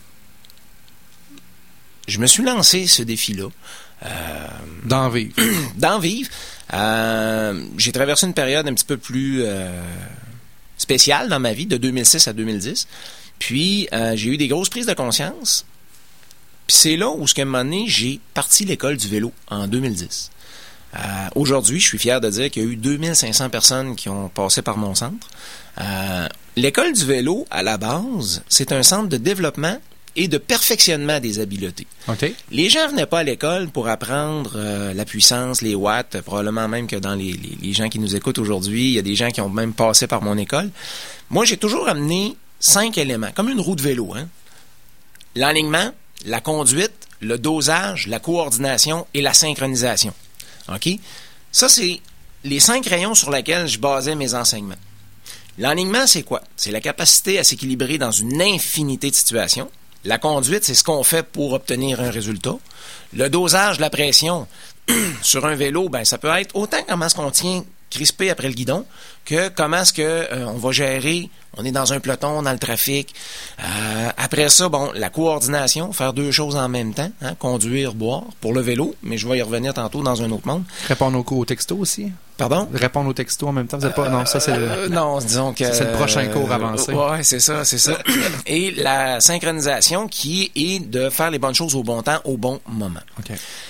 je me suis lancé ce défi-là. Euh, D'en vivre. D'en vivre. Euh, j'ai traversé une période un petit peu plus euh, spéciale dans ma vie, de deux mille six à deux mille dix. Puis, euh, j'ai eu des grosses prises de conscience. Puis c'est là où, à un moment donné, j'ai parti l'école du vélo en deux mille dix. Euh, aujourd'hui, je suis fier de dire qu'il y a eu deux mille cinq cents personnes qui ont passé par mon centre. Euh, l'école du vélo, à la base, c'est un centre de développement et de perfectionnement des habiletés. Okay. Les gens venaient pas à l'école pour apprendre euh, la puissance, les watts, probablement même que dans les, les, les gens qui nous écoutent aujourd'hui, il y a des gens qui ont même passé par mon école. Moi, j'ai toujours amené cinq éléments, comme une roue de vélo. Hein? L'enlignement, la conduite, le dosage, la coordination et la synchronisation. OK? Ça, c'est les cinq rayons sur lesquels je basais mes enseignements. L'enlignement, c'est quoi? C'est la capacité à s'équilibrer dans une infinité de situations. La conduite, c'est ce qu'on fait pour obtenir un résultat. Le dosage de la pression sur un vélo, ben ça peut être autant comment est-ce qu'on tient crispé après le guidon que comment est-ce que euh, on va gérer, on est dans un peloton, dans le trafic. Euh, après ça, bon, la coordination, faire deux choses en même temps, hein, conduire, boire pour le vélo, mais je vais y revenir tantôt dans un autre monde. Répondre aux, aux textos aussi. Pardon? Répondre aux textos en même temps, vous êtes pas... Non, ça c'est le... Euh, non, disons que... C'est le prochain cours avancé. Euh, ouais, c'est ça, c'est ça. Et la synchronisation qui est de faire les bonnes choses au bon temps, au bon moment. OK.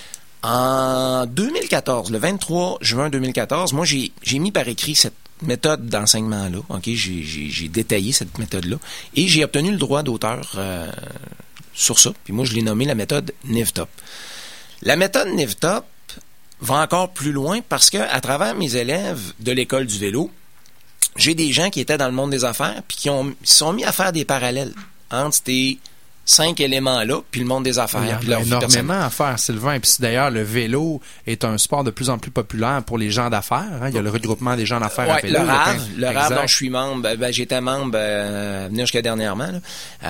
En deux mille quatorze, le vingt-trois juin deux mille quatorze, moi, j'ai, j'ai mis par écrit cette méthode d'enseignement-là. OK? J'ai, j'ai, j'ai détaillé cette méthode-là. Et j'ai obtenu le droit d'auteur euh, sur ça. Puis moi, je l'ai nommé la méthode Nivtop. La méthode Nivtop va encore plus loin parce que à travers mes élèves de l'école du vélo, j'ai des gens qui étaient dans le monde des affaires puis qui ont se sont mis à faire des parallèles entre ces cinq éléments-là puis le monde des affaires. Il y a puis leur vie énormément personnelle. à faire, Sylvain. Puis d'ailleurs, le vélo est un sport de plus en plus populaire pour les gens d'affaires. Hein. Il y a le regroupement des gens d'affaires à Ouais, vélo. le Il y a R A V, plein- le R A V Exact. dont je suis membre, ben, ben, j'étais membre euh, à venir jusqu'à dernièrement. Là.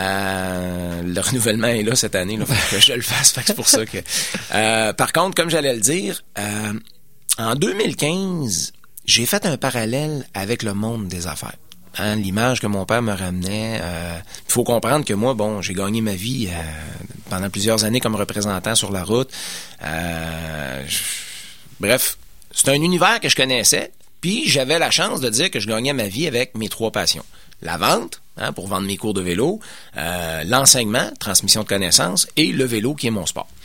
Euh, le renouvellement est là cette année, là, faut que je le fasse, fait que c'est pour ça que... Euh, par contre, comme j'allais le dire, euh, en deux mille quinze, j'ai fait un parallèle avec le monde des affaires. Hein, l'image que mon père me ramenait. Il euh, faut comprendre que moi, bon, j'ai gagné ma vie euh, pendant plusieurs années comme représentant sur la route. Euh, je... Bref, c'est un univers que je connaissais, puis j'avais la chance de dire que je gagnais ma vie avec mes trois passions. La vente, hein, pour vendre mes cours de vélo, euh, l'enseignement, transmission de connaissances, et le vélo qui est mon sport.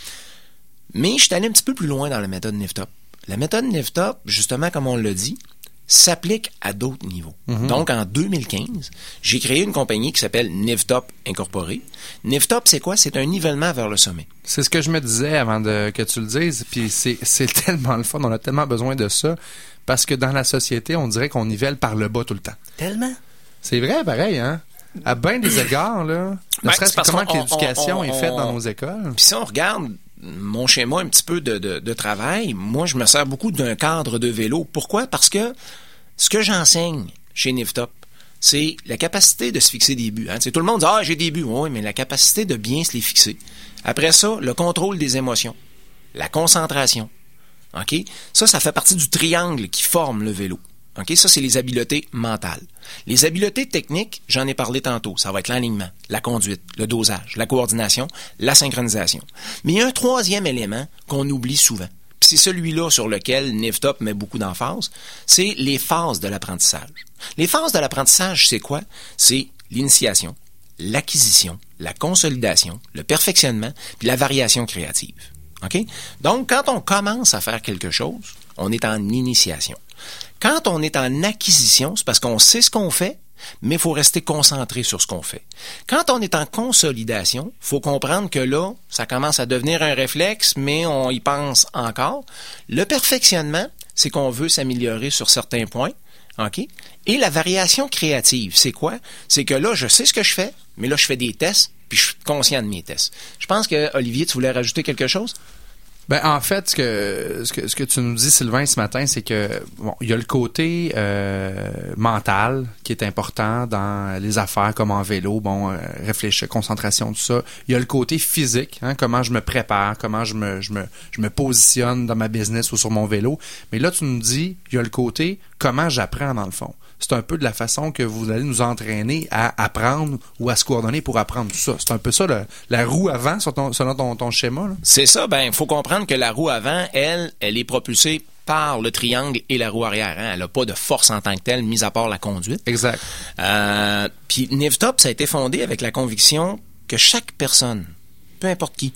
Mais je suis allé un petit peu plus loin dans la méthode Nivtop. La méthode Nivtop, justement, comme on l'a dit, s'applique à d'autres niveaux. Mm-hmm. Donc, en deux mille quinze, j'ai créé une compagnie qui s'appelle Nivtop Incorporée. Nivtop, c'est quoi? C'est un nivellement vers le sommet. C'est ce que je me disais avant de, que tu le dises, puis c'est, c'est tellement le fun, on a tellement besoin de ça, parce que dans la société, on dirait qu'on nivelle par le bas tout le temps. Tellement. C'est vrai, pareil, hein? À bien des égards, là, ne Ben, serait-ce que parce comment qu'on- que l'éducation on- on- est faite on- dans nos écoles. Puis si on regarde mon schéma un petit peu de, de, de travail, moi, je me sers beaucoup d'un cadre de vélo. Pourquoi? Parce que ce que j'enseigne chez Nivtop, c'est la capacité de se fixer des buts. Hein. Tu sais, tout le monde dit « Ah, j'ai des buts. » Oui, mais la capacité de bien se les fixer. Après ça, le contrôle des émotions, la concentration. OK? Ça, ça fait partie du triangle qui forme le vélo. OK? Ça, c'est les habiletés mentales. Les habiletés techniques, j'en ai parlé tantôt. Ça va être l'alignement, la conduite, le dosage, la coordination, la synchronisation. Mais il y a un troisième élément qu'on oublie souvent. Puis c'est celui-là sur lequel Nivtop met beaucoup d'emphase, c'est les phases de l'apprentissage. Les phases de l'apprentissage, c'est quoi? C'est l'initiation, l'acquisition, la consolidation, le perfectionnement, puis la variation créative. OK? Donc, quand on commence à faire quelque chose, on est en initiation. Quand on est en acquisition, c'est parce qu'on sait ce qu'on fait, mais il faut rester concentré sur ce qu'on fait. Quand on est en consolidation, il faut comprendre que là, ça commence à devenir un réflexe, mais on y pense encore. Le perfectionnement, c'est qu'on veut s'améliorer sur certains points. OK? Et la variation créative, c'est quoi? C'est que là, je sais ce que je fais, mais là, je fais des tests, puis je suis conscient de mes tests. Je pense que, Olivier, tu voulais rajouter quelque chose? Ben, en fait, ce que, ce que, ce que tu nous dis, Sylvain, ce matin, c'est que, bon, il y a le côté, euh, mental qui est important dans les affaires comme en vélo, bon, euh, réfléchir, concentration, tout ça. Il y a le côté physique, hein, comment je me prépare, comment je me, je me, je me positionne dans ma business ou sur mon vélo. Mais là, tu nous dis, il y a le côté comment j'apprends dans le fond. C'est un peu de la façon que vous allez nous entraîner à apprendre ou à se coordonner pour apprendre tout ça. C'est un peu ça, le, la roue avant, sur ton, selon ton, ton schéma, là. C'est ça, ben, il faut comprendre que la roue avant, elle, elle est propulsée par le triangle et la roue arrière. Hein. Elle n'a pas de force en tant que telle, mis à part la conduite. Exact. Euh, puis Nivtop, ça a été fondé avec la conviction que chaque personne, peu importe qui,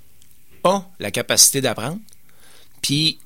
a la capacité d'apprendre. Puis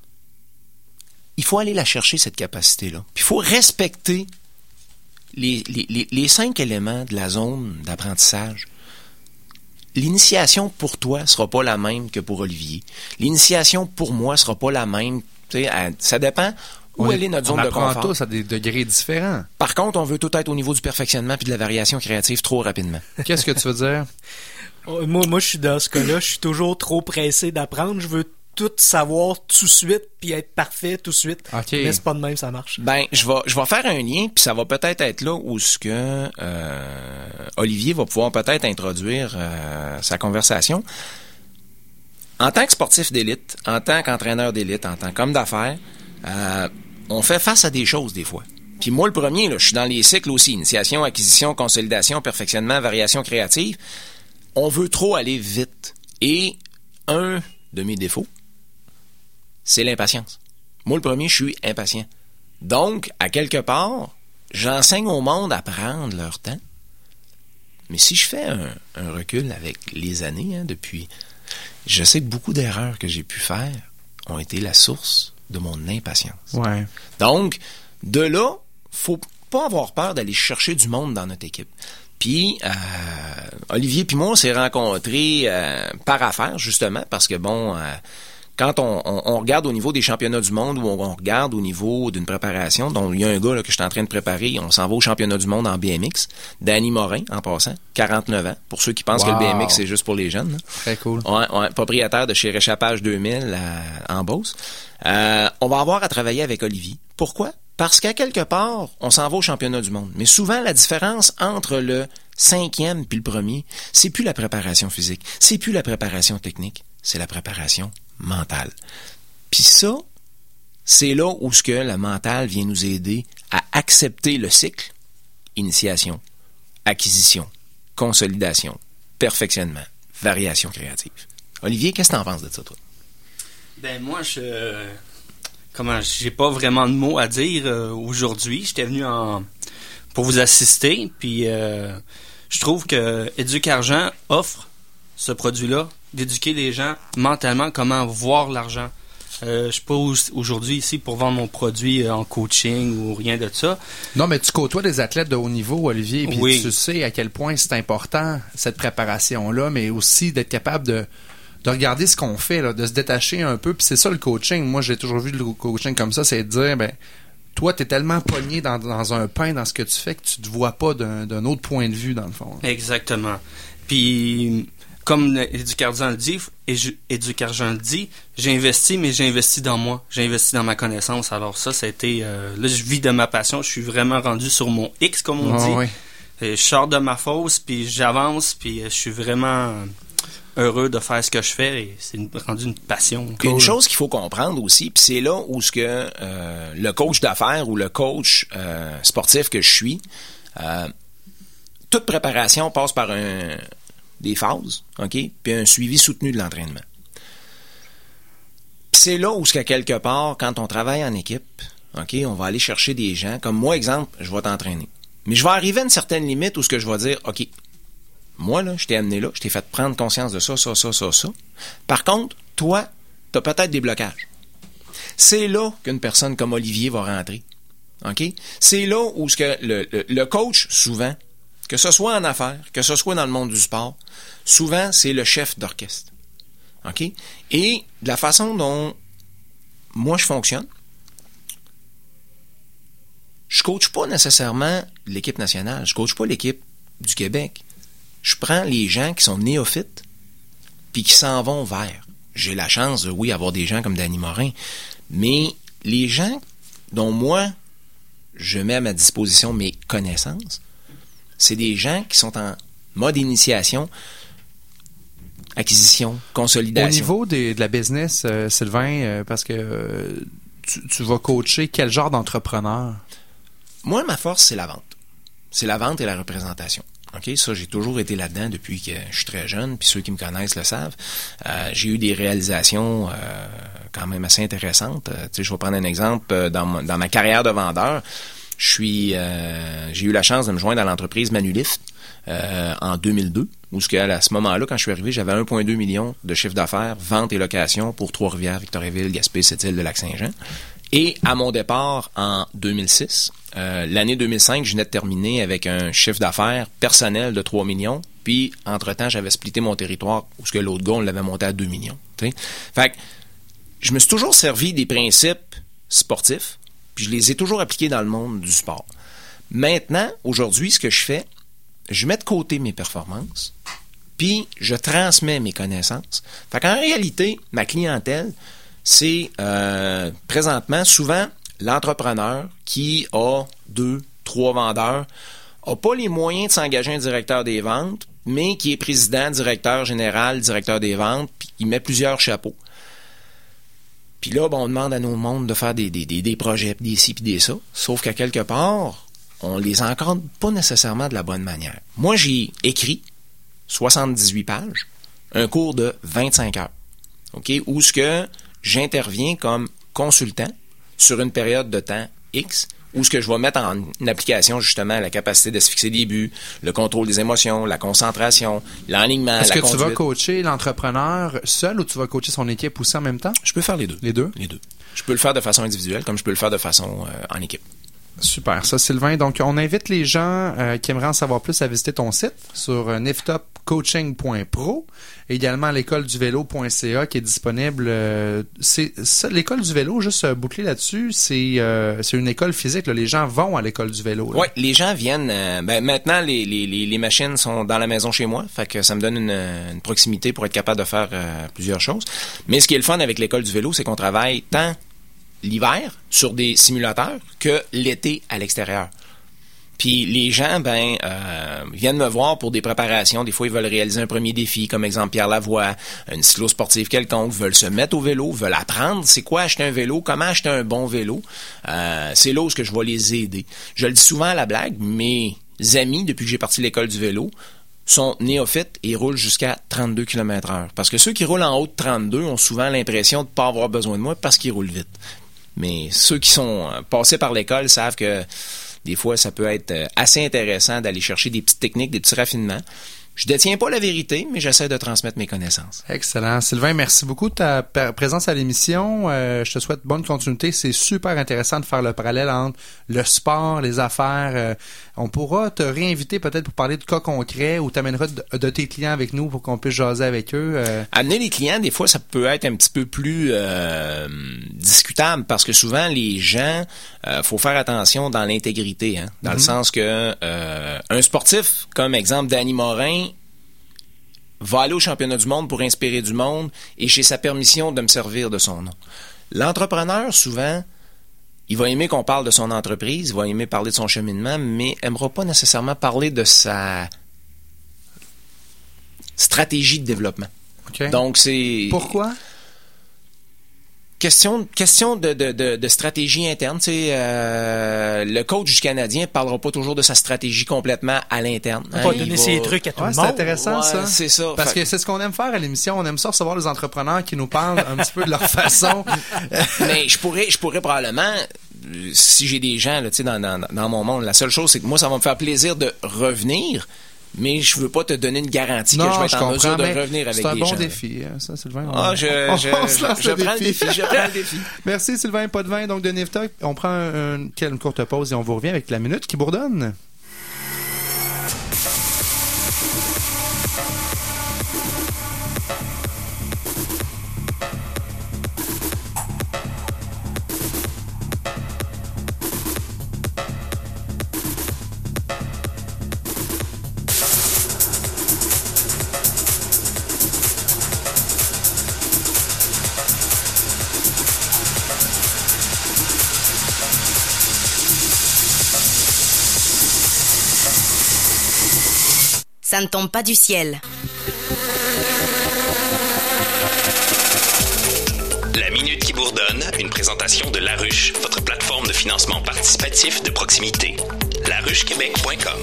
il faut aller la chercher, cette capacité-là. Puis il faut respecter les, les, les, les cinq éléments de la zone d'apprentissage. L'initiation pour toi sera pas la même que pour Olivier. L'initiation pour moi sera pas la même. Tu sais, à- ça dépend où On elle est notre zone on de apprend confort. tous à des degrés différents. Par contre, on veut tout être au niveau du perfectionnement puis de la variation créative trop rapidement. Qu'est-ce que tu veux dire? Moi, moi, je suis dans ce cas-là, je suis toujours trop pressé d'apprendre. Je veux tout savoir tout de suite puis être parfait tout de suite. Okay. Mais c'est pas de même, ça marche. Ben, je vais, je vais faire un lien, puis ça va peut-être être là où ce que euh, Olivier va pouvoir peut-être introduire euh, sa conversation. En tant que sportif d'élite, en tant qu'entraîneur d'élite, en tant qu'homme d'affaires, euh, on fait face à des choses des fois. Puis moi, le premier, là, je suis dans les cycles aussi. Initiation, acquisition, consolidation, perfectionnement, variation créative. On veut trop aller vite. Et un de mes défauts, c'est l'impatience. Moi, le premier, je suis impatient. Donc, à quelque part, j'enseigne au monde à prendre leur temps. Mais si je fais un, un recul avec les années, hein, depuis, je sais que beaucoup d'erreurs que j'ai pu faire ont été la source de mon impatience. Ouais. Donc, de là, faut pas avoir peur d'aller chercher du monde dans notre équipe. Puis, euh, Olivier puis moi, on s'est rencontrés euh, par affaire, justement, parce que, bon, euh, quand on, on, on regarde au niveau des championnats du monde ou on, on regarde au niveau d'une préparation, donc il y a un gars là, que je suis en train de préparer, on s'en va au championnat du monde en B M X, Danny Morin, en passant, quarante-neuf ans, pour ceux qui pensent wow. que le B M X, c'est juste pour les jeunes. Là. Très cool. Ouais, ouais, propriétaire de chez Réchappage deux mille à, en Beauce. Euh, on va avoir à travailler avec Olivier. Pourquoi? Parce qu'à quelque part, on s'en va au championnat du monde. Mais souvent, la différence entre le cinquième puis le premier, c'est plus la préparation physique, c'est plus la préparation technique, c'est la préparation mentale. Puis ça, c'est là où ce que le mental vient nous aider à accepter le cycle, initiation, acquisition, consolidation, perfectionnement, variation créative. Olivier, qu'est-ce que t'en penses de ça, toi? Ben moi, je... Comment, j'ai pas vraiment de mots à dire euh, aujourd'hui. J'étais venu en pour vous assister, puis euh, je trouve que Éduc-Argent offre ce produit-là, d'éduquer les gens mentalement comment voir l'argent. Euh, je suis pas aujourd'hui ici pour vendre mon produit en coaching ou rien de ça. Non, mais tu côtoies des athlètes de haut niveau, Olivier, puis oui. tu sais à quel point c'est important, cette préparation-là, mais aussi d'être capable de de regarder ce qu'on fait, là, de se détacher un peu. Puis c'est ça le coaching. Moi, j'ai toujours vu le coaching comme ça, c'est de dire, ben, toi, t'es tellement pogné dans, dans un pain, dans ce que tu fais, que tu te vois pas d'un, d'un autre point de vue, dans le fond. Là. Exactement. Puis, comme Éduc-Argent le dit, Éduc-Argent le dit, j'ai investi, mais j'ai investi dans moi. J'ai investi dans ma connaissance. Alors ça, ça a été... Euh, là, je vis de ma passion. Je suis vraiment rendu sur mon X, comme on oh, dit. Oui. Et je sors de ma fosse, puis j'avance, puis je suis vraiment... heureux de faire ce que je fais et c'est une, rendu une passion. Cool. Une chose qu'il faut comprendre aussi, puis c'est là où ce que euh, le coach d'affaires ou le coach euh, sportif que je suis, euh, toute préparation passe par un, des phases, ok, puis un suivi soutenu de l'entraînement. Puis c'est là où ce qu'à quelque part, quand on travaille en équipe, ok, on va aller chercher des gens. Comme moi, exemple, je vais t'entraîner, mais je vais arriver à une certaine limite où ce que je vais dire, ok. Moi, là, je t'ai amené là, je t'ai fait prendre conscience de ça, ça, ça, ça, ça. Par contre, toi, t'as peut-être des blocages. C'est là qu'une personne comme Olivier va rentrer. OK? C'est là où ce que le, le, le coach, souvent, que ce soit en affaires, que ce soit dans le monde du sport, souvent, c'est le chef d'orchestre. OK? Et de la façon dont moi, je fonctionne, je coach pas nécessairement l'équipe nationale, je coach pas l'équipe du Québec. Je prends les gens qui sont néophytes puis qui s'en vont vers. J'ai la chance de, oui, avoir des gens comme Danny Morin, mais les gens dont moi, je mets à ma disposition mes connaissances, c'est des gens qui sont en mode initiation, acquisition, consolidation. Au niveau des, de la business, euh, Sylvain, euh, parce que euh, tu, tu vas coacher quel genre d'entrepreneur? Moi, ma force, c'est la vente. C'est la vente et la représentation. OK, ça, j'ai toujours été là-dedans depuis que je suis très jeune, puis ceux qui me connaissent le savent. Euh, j'ai eu des réalisations euh, quand même assez intéressantes. Euh, tu sais, je vais prendre un exemple. Euh, dans, ma, dans ma carrière de vendeur, je suis, euh, j'ai eu la chance de me joindre à l'entreprise Manulift euh, en deux mille deux, où ce que, à ce moment-là, quand je suis arrivé, j'avais un virgule deux million de chiffre d'affaires, vente et location pour Trois-Rivières, Victoriaville, Gaspé, Sept-Îles, le Lac-Saint-Jean. Et à mon départ en deux mille six, euh, l'année deux mille cinq, je venais de terminer avec un chiffre d'affaires personnel de trois millions. Puis, entre-temps, j'avais splitté mon territoire où ce que l'autre gars, on l'avait monté à deux millions. T'sais? Fait que je me suis toujours servi des principes sportifs, puis je les ai toujours appliqués dans le monde du sport. Maintenant, aujourd'hui, ce que je fais, je mets de côté mes performances, puis je transmets mes connaissances. Fait qu'en réalité, ma clientèle, c'est euh, présentement souvent l'entrepreneur qui a deux, trois vendeurs, n'a pas les moyens de s'engager un directeur des ventes, mais qui est président, directeur général, directeur des ventes, puis qui met plusieurs chapeaux. Puis là, bon, on demande à nos mondes de faire des, des, des, des projets, des ci, puis des ça. Sauf qu'à quelque part, on les encadre pas nécessairement de la bonne manière. Moi, j'ai écrit soixante-dix-huit pages, un cours de vingt-cinq heures, OK, où ce que j'interviens comme consultant sur une période de temps X, où ce que je vais mettre en application justement la capacité de se fixer des buts, le contrôle des émotions, la concentration, l'enlignement, Est-ce la que conduite. tu vas coacher l'entrepreneur seul ou tu vas coacher son équipe aussi en même temps? Je peux faire les deux. Les deux? Les deux. Je peux le faire de façon individuelle comme je peux le faire de façon euh, en équipe. Super, ça Sylvain. Donc, on invite les gens euh, qui aimeraient en savoir plus à visiter ton site sur euh, niftop coaching point pro, également l'école du vélo point c a qui est disponible. Euh, c'est ça, l'école du vélo, juste euh, boucler là-dessus, c'est euh, c'est une école physique. Là. Les gens vont à l'école du vélo. Oui, les gens viennent. Euh, ben, maintenant, les, les, les, les machines sont dans la maison chez moi, fait que ça me donne une, une proximité pour être capable de faire euh, plusieurs choses. Mais ce qui est le fun avec l'école du vélo, c'est qu'on travaille tant l'hiver sur des simulateurs que l'été à l'extérieur. Puis les gens, ben, euh, viennent me voir pour des préparations. Des fois, ils veulent réaliser un premier défi, comme exemple Pierre Lavoie, une cyclo-sportive quelconque, veulent se mettre au vélo, veulent apprendre c'est quoi acheter un vélo, comment acheter un bon vélo. Euh, c'est là où je vais les aider. Je le dis souvent à la blague, mes amis, depuis que j'ai parti de l'école du vélo, sont néophytes et roulent jusqu'à trente-deux kilomètres heure. Parce que ceux qui roulent en haut de trente-deux ont souvent l'impression de ne pas avoir besoin de moi parce qu'ils roulent vite. Mais ceux qui sont passés par l'école savent que des fois, ça peut être assez intéressant d'aller chercher des petites techniques, des petits raffinements. Je détiens pas la vérité, mais j'essaie de transmettre mes connaissances. Excellent. Sylvain, merci beaucoup de ta présence à l'émission. Euh, je te souhaite bonne continuité. C'est super intéressant de faire le parallèle entre le sport, les affaires. Euh, on pourra te réinviter peut-être pour parler de cas concrets ou t'amèneras de, de tes clients avec nous pour qu'on puisse jaser avec eux. Euh. Amener les clients, des fois, ça peut être un petit peu plus euh, discutable parce que souvent, les gens, euh, faut faire attention dans l'intégrité, hein, dans mm-hmm. le sens que euh, un sportif, comme exemple Danny Morin, va aller au championnat du monde pour inspirer du monde et j'ai sa permission de me servir de son nom. L'entrepreneur, souvent, il va aimer qu'on parle de son entreprise, il va aimer parler de son cheminement, mais n'aimera pas nécessairement parler de sa stratégie de développement. Okay. Donc, c'est... Pourquoi? Question, question de, de, de, de stratégie interne. Tu sais, euh, le coach du Canadien ne parlera pas toujours de sa stratégie complètement à l'interne. On hein, va donner va... ses trucs à tout ouais, le monde. C'est intéressant, ouais, ça. C'est ça. Parce fait... que c'est ce qu'on aime faire à l'émission. On aime ça recevoir les entrepreneurs qui nous parlent un petit peu de leur façon. Mais je pourrais, je pourrais probablement, si j'ai des gens là, tu sais, dans, dans, dans mon monde, la seule chose, c'est que moi, ça va me faire plaisir de revenir. Mais je veux pas te donner une garantie non, que je vais être je en mesure de mais revenir avec des gens. C'est un bon défi, ça, Sylvain. Ah, je, on, je, on je, je, je prends le défi. Je prends le défi. Merci, Sylvain Potvin, donc de Niftop. On prend un, une, une courte pause et on vous revient avec la minute qui bourdonne. Ça ne tombe pas du ciel. La Minute qui bourdonne, une présentation de La Ruche, votre plateforme de financement participatif de proximité. la ruche québec point com.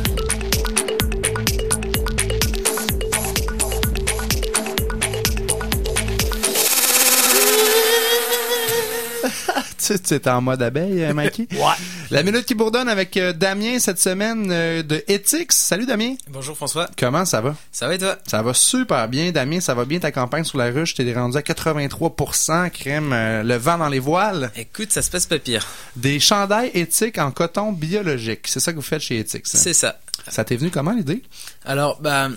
Tu es en mode abeille, Mikey? Ouais. La minute qui bourdonne avec euh, Damien cette semaine euh, de Ethics. Salut Damien. Bonjour François. Comment ça va? Ça va et toi? Ça va super bien, Damien. Ça va bien ta campagne sur la ruche. T'es rendu à quatre-vingt-trois pour cent, crème euh, le vent dans les voiles. Écoute, ça se passe pas pire. Des chandails éthiques en coton biologique. C'est ça que vous faites chez Ethics. Hein? C'est ça. Ça t'est venu comment l'idée? Alors, bah...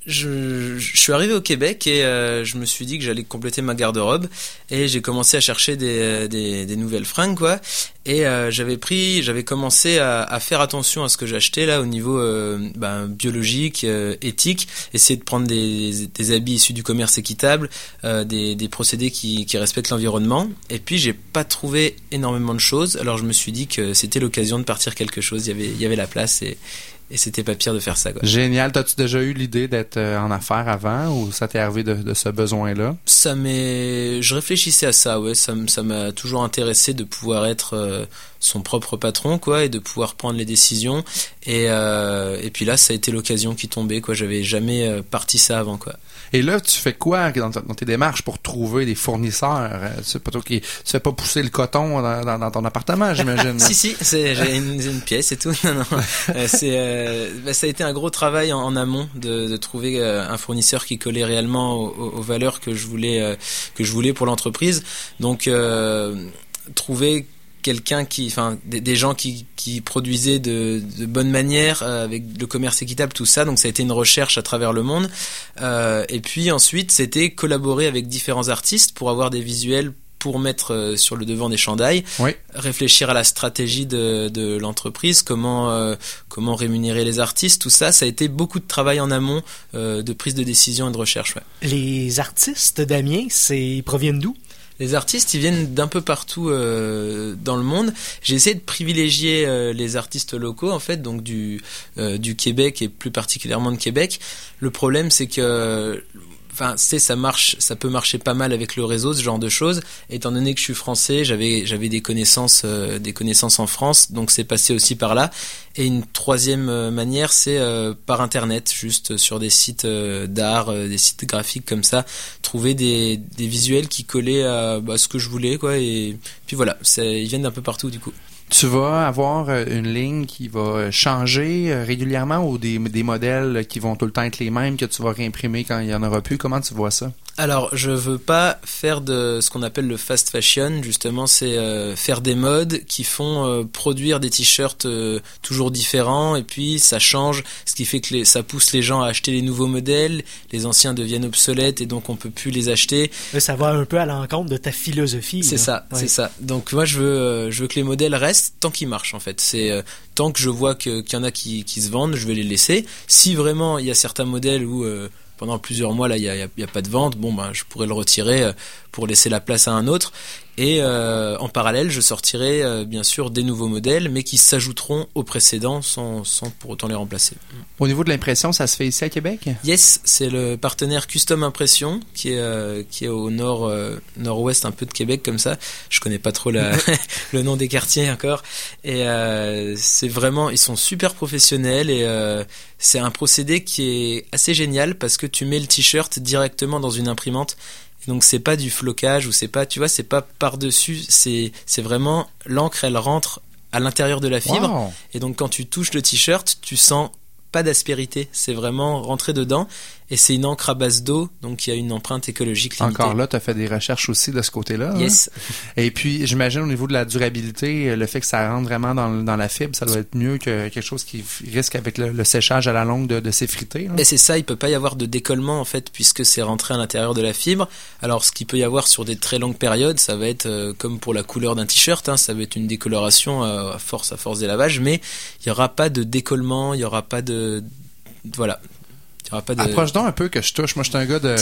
je, je suis arrivé au Québec et euh, je me suis dit que j'allais compléter ma garde-robe et j'ai commencé à chercher des, des, des nouvelles fringues, quoi. Et euh, j'avais pris, j'avais commencé à, à faire attention à ce que j'achetais là au niveau euh, ben, biologique, euh, éthique, essayer de prendre des, des habits issus du commerce équitable, euh, des, des procédés qui, qui respectent l'environnement. Et puis j'ai pas trouvé énormément de choses, alors je me suis dit que c'était l'occasion de partir quelque chose. Il y avait, il y avait la place et Et c'était pas pire de faire ça, quoi. Génial. T'as-tu déjà eu l'idée d'être en affaires avant ou ça t'est arrivé de, de ce besoin-là? Ça m'est... Je réfléchissais à ça, ouais. Ça, ça m'a toujours intéressé de pouvoir être euh, son propre patron, quoi, et de pouvoir prendre les décisions. Et, euh, et puis là, ça a été l'occasion qui tombait, quoi. J'avais jamais euh, parti ça avant, quoi. Et là, tu fais quoi dans, dans tes démarches pour trouver des fournisseurs? C'est pas toi qui... Tu fais pas pousser le coton dans, dans, dans ton appartement, j'imagine? si, si, c'est, j'ai une, une pièce et tout. Non, non. Euh, c'est, euh, bah, ça a été un gros travail en, en amont de, de trouver euh, un fournisseur qui collait réellement aux, aux valeurs que je voulais, euh, que je voulais pour l'entreprise. Donc, euh, trouver quelqu'un qui, enfin, des, des gens qui, qui produisaient de, de bonne manière, euh, avec le commerce équitable, tout ça. Donc ça a été une recherche à travers le monde. Euh, et puis ensuite, c'était collaborer avec différents artistes pour avoir des visuels pour mettre euh, sur le devant des chandails, oui. Réfléchir à la stratégie de, de l'entreprise, comment euh, comment rémunérer les artistes, tout ça, ça a été beaucoup de travail en amont, euh, de prise de décision et de recherche. Ouais. Les artistes d'Amiens, c'est ils proviennent d'où? Les artistes, ils viennent d'un peu partout euh, dans le monde. J'ai essayé de privilégier euh, les artistes locaux, en fait, donc du euh, du Québec et plus particulièrement de Québec. Le problème, c'est que Enfin, c'est ça marche, ça peut marcher pas mal avec le réseau, ce genre de choses. Étant donné que je suis français, j'avais j'avais des connaissances, euh, des connaissances en France, donc c'est passé aussi par là. Et une troisième euh, manière, c'est euh, par internet, juste sur des sites euh, d'art, euh, des sites graphiques comme ça, trouver des des visuels qui collaient à bah, ce que je voulais, quoi. Et puis voilà, ça, ils viennent d'un peu partout du coup. Tu vas avoir une ligne qui va changer régulièrement ou des, des modèles qui vont tout le temps être les mêmes que tu vas réimprimer quand il y en aura plus? Comment tu vois ça? Alors, je veux pas faire de ce qu'on appelle le fast fashion, justement, c'est euh, faire des modes qui font euh, produire des t-shirts euh, toujours différents, et puis ça change, ce qui fait que les, ça pousse les gens à acheter les nouveaux modèles, les anciens deviennent obsolètes et donc on peut plus les acheter. Mais ça va un peu à l'encontre de ta philosophie. C'est là. ça, ouais. c'est ça. Donc moi, je veux, euh, je veux que les modèles restent tant qu'ils marchent, en fait. C'est euh, tant que je vois que, qu'il y en a qui, qui se vendent, je vais les laisser. Si vraiment il y a certains modèles où euh, pendant plusieurs mois là il y a, y a, y a pas de vente, bon ben je pourrais le retirer euh, pour laisser la place à un autre. Et euh, en parallèle, je sortirai euh, bien sûr des nouveaux modèles, mais qui s'ajouteront aux précédents sans, sans pour autant les remplacer. Au niveau de l'impression, ça se fait ici à Québec? Yes, c'est le partenaire Custom Impression qui est euh, qui est au nord euh, nord-ouest un peu de Québec comme ça. Je connais pas trop la le nom des quartiers encore. Et euh, c'est vraiment, ils sont super professionnels et euh, c'est un procédé qui est assez génial parce que tu mets le t-shirt directement dans une imprimante. Donc c'est pas du flocage ou c'est pas, tu vois, c'est pas par-dessus, c'est c'est vraiment l'encre, elle rentre à l'intérieur de la fibre. Wow. Et donc quand tu touches le t-shirt, tu sens pas d'aspérité, c'est vraiment rentré dedans. Et c'est une encre à base d'eau, donc il y a une empreinte écologique limitée. Encore là, tu as fait des recherches aussi de ce côté-là. Yes. Hein? Et puis, j'imagine au niveau de la durabilité, le fait que ça rentre vraiment dans, dans la fibre, ça doit être mieux que quelque chose qui risque avec le, le séchage à la longue de, de s'effriter. Mais c'est ça, il peut pas y avoir de décollement en fait, puisque c'est rentré à l'intérieur de la fibre. Alors ce qu'il peut y avoir sur des très longues périodes, ça va être euh, comme pour la couleur d'un t-shirt, hein, ça va être une décoloration euh, à force à force des lavages, mais il y aura pas de décollement, il y aura pas de... Voilà. De... Approche donc un peu que je touche. Moi, je suis un gars de...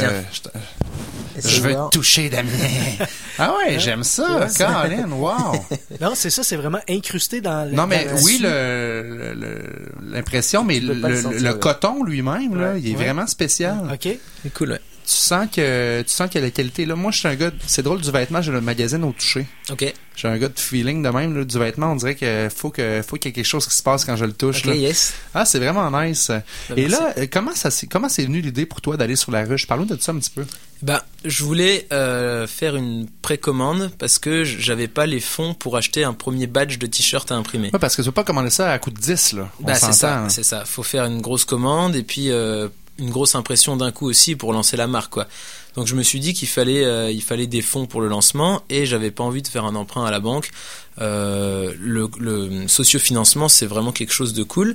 Je, je veux te toucher, Damien. Ah ouais, j'aime ça. Caroline, wow. Non, c'est ça, c'est vraiment incrusté dans... Non, mais dans oui, le, le, l'impression, mais le, le, le, sentir, le coton lui-même, là, ouais, il est ouais. vraiment spécial. OK. C'est cool, ouais. Tu sens que tu sens qu'il y a la qualité. Là, moi, je suis un gars... De, c'est drôle, du vêtement, j'ai le magazine au toucher. OK. J'ai un gars de feeling de même, là, du vêtement. On dirait qu'il faut, que, faut qu'il y ait quelque chose qui se passe quand je le touche. OK, là. yes. Ah, c'est vraiment nice. Ben, Et merci. là, comment ça comment c'est venu l'idée pour toi d'aller sur la ruche? Parlons de ça un petit peu. Ben, je voulais euh, faire une précommande parce que j'avais pas les fonds pour acheter un premier badge de t-shirt à imprimer. Ouais, parce que tu veux pas commander ça à coup de dix, là. On ben, s'entend. C'est ça, c'est ça. Faut faire une grosse commande et puis euh, une grosse impression d'un coup aussi pour lancer la marque, quoi. Donc je me suis dit qu'il fallait euh, il fallait des fonds pour le lancement et j'avais pas envie de faire un emprunt à la banque. Euh, le, le sociofinancement, c'est vraiment quelque chose de cool.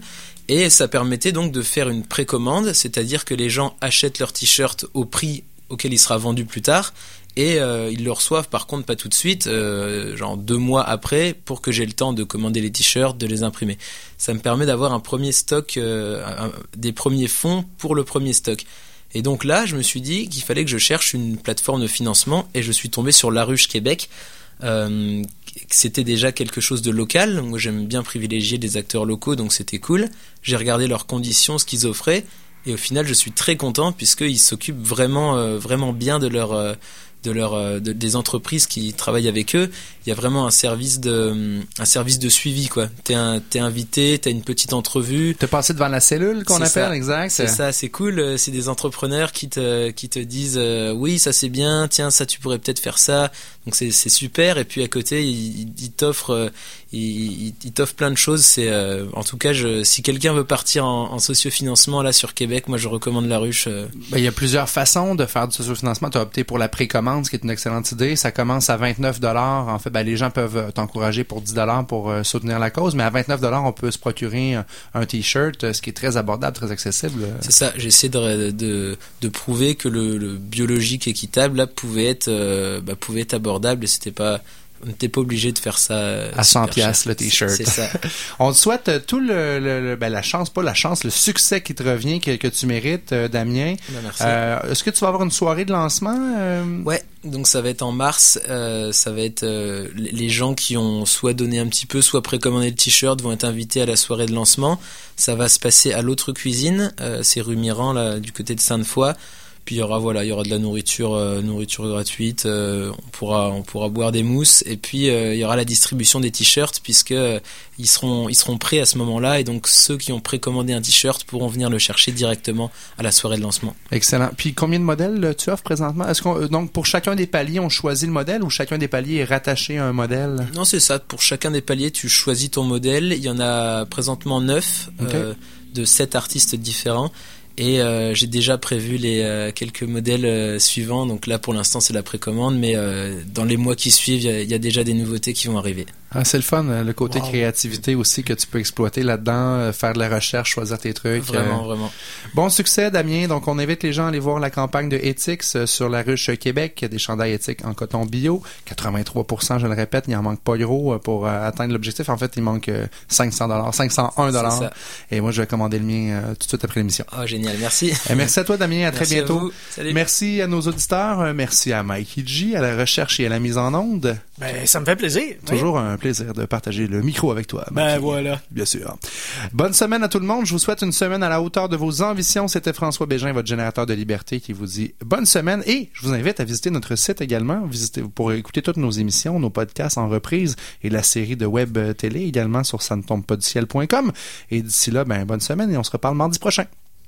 Et ça permettait donc de faire une précommande, c'est-à-dire que les gens achètent leur t-shirt au prix auquel il sera vendu plus tard, et euh, ils le reçoivent par contre pas tout de suite, euh, genre deux mois après, pour que j'ai le temps de commander les t-shirts, de les imprimer. Ça me permet d'avoir un premier stock, euh, un, des premiers fonds pour le premier stock. Et donc là, je me suis dit qu'il fallait que je cherche une plateforme de financement, et je suis tombé sur Laruche Québec. Euh, c'était déjà quelque chose de local. Moi, j'aime bien privilégier des acteurs locaux, donc c'était cool. J'ai regardé leurs conditions, ce qu'ils offraient, et au final, je suis très content puisqu'ils s'occupent vraiment, euh, vraiment bien de leur, euh, de leur, euh, de, des entreprises qui travaillent avec eux. Il y a vraiment un service de, un service de suivi, quoi. T'es un, t'es invité, t'as une petite entrevue. T'es passé devant la cellule qu'on C'est appelle, ça. exact. C'est ça, c'est cool. C'est des entrepreneurs qui te, qui te disent, euh, oui, ça c'est bien, tiens, ça tu pourrais peut-être faire ça. Donc c'est, c'est super. Et puis à côté, ils, ils t'offrent, euh, ils, ils t'offrent plein de choses. C'est, euh, en tout cas, je, si quelqu'un veut partir en, en sociofinancement là sur Québec, moi je recommande Laruche. Euh. Ben, il y a plusieurs façons de faire du sociofinancement. Tu as opté pour la précommande, ce qui est une excellente idée. Ça commence à vingt-neuf dollars. En fait, ben, les gens peuvent t'encourager pour dix dollars pour euh, soutenir la cause, mais à vingt-neuf dollars, on peut se procurer un, un t-shirt, euh, ce qui est très abordable, très accessible. C'est ça. J'essaie de, de, de prouver que le, le biologique équitable là pouvait être, euh, bah, pouvait être abordable, et c'était pas, on n'était pas obligé de faire ça à cent piastres le t-shirt. C'est ça. On te souhaite tout le, le, le ben, la chance, pas la chance, le succès qui te revient, que, que tu mérites, euh, Damien. Ben, merci. Euh, est-ce que tu vas avoir une soirée de lancement? Euh... Ouais, donc ça va être en mars. Euh, ça va être euh, les gens qui ont soit donné un petit peu, soit précommandé le t-shirt vont être invités à la soirée de lancement. Ça va se passer à l'autre cuisine, euh, c'est rue Miran, là, du côté de Sainte-Foy. Puis il y aura voilà, il y aura de la nourriture, euh, nourriture gratuite. Euh, on pourra, on pourra boire des mousses. Et puis euh, il y aura la distribution des t-shirts puisque euh, ils seront, ils seront prêts à ce moment-là. Et donc ceux qui ont précommandé un t-shirt pourront venir le chercher directement à la soirée de lancement. Excellent. Puis combien de modèles tu offres présentement? Est-ce qu'on, donc pour chacun des paliers, on choisit le modèle ou chacun des paliers est rattaché à un modèle? Non, c'est ça. Pour chacun des paliers, tu choisis ton modèle. Il y en a présentement neuf, okay. euh, de sept artistes différents. Et euh, j'ai déjà prévu les euh, quelques modèles euh, suivants. Donc là, pour l'instant, c'est la précommande. Mais euh, dans les mois qui suivent, il y, y a déjà des nouveautés qui vont arriver. Ah, c'est le fun, le côté wow. créativité aussi que tu peux exploiter là-dedans, faire de la recherche, choisir tes trucs. Vraiment, euh... vraiment. Bon succès, Damien. Donc, on invite les gens à aller voir la campagne de Ethics sur Laruche Québec. Il y a des chandails éthiques en coton bio. quatre-vingt-trois pour cent, je le répète, il en manque pas gros pour euh, atteindre l'objectif. En fait, il manque euh, cinq cents dollars, cinq cent un dollars. Et moi, je vais commander le mien euh, tout de suite après l'émission. Ah, oh, génial. Merci. Et merci à toi, Damien. À merci très bientôt. À vous. Salut. Merci à nos auditeurs. Merci à Mikey G, à la recherche et à la mise en onde. Ben, ça me fait plaisir. Toujours oui. un plaisir de partager le micro avec toi. Ben Mikey. voilà. Bien sûr. Bonne semaine à tout le monde. Je vous souhaite une semaine à la hauteur de vos ambitions. C'était François Bégin, votre générateur de liberté, qui vous dit bonne semaine. Et je vous invite à visiter notre site également. Visitez, pour écouter toutes nos émissions, nos podcasts en reprise et la série de web télé également sur ça ne tombe pas du ciel point com. Et d'ici là, ben, bonne semaine et on se reparle mardi prochain.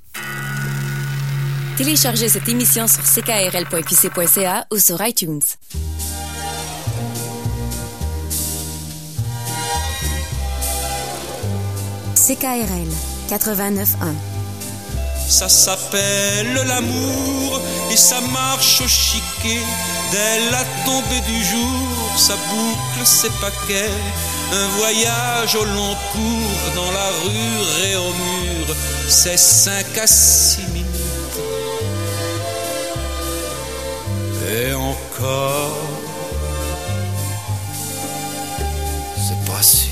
Téléchargez cette émission sur c k r l point q c point c a ou sur iTunes. C K R L quatre-vingt-neuf un. Ça s'appelle l'amour et ça marche au chiquet. Dès la tombée du jour, ça boucle ses paquets. Un voyage au long cours dans la rue et au mur, c'est cinq à six minutes. Et encore, c'est pas sûr.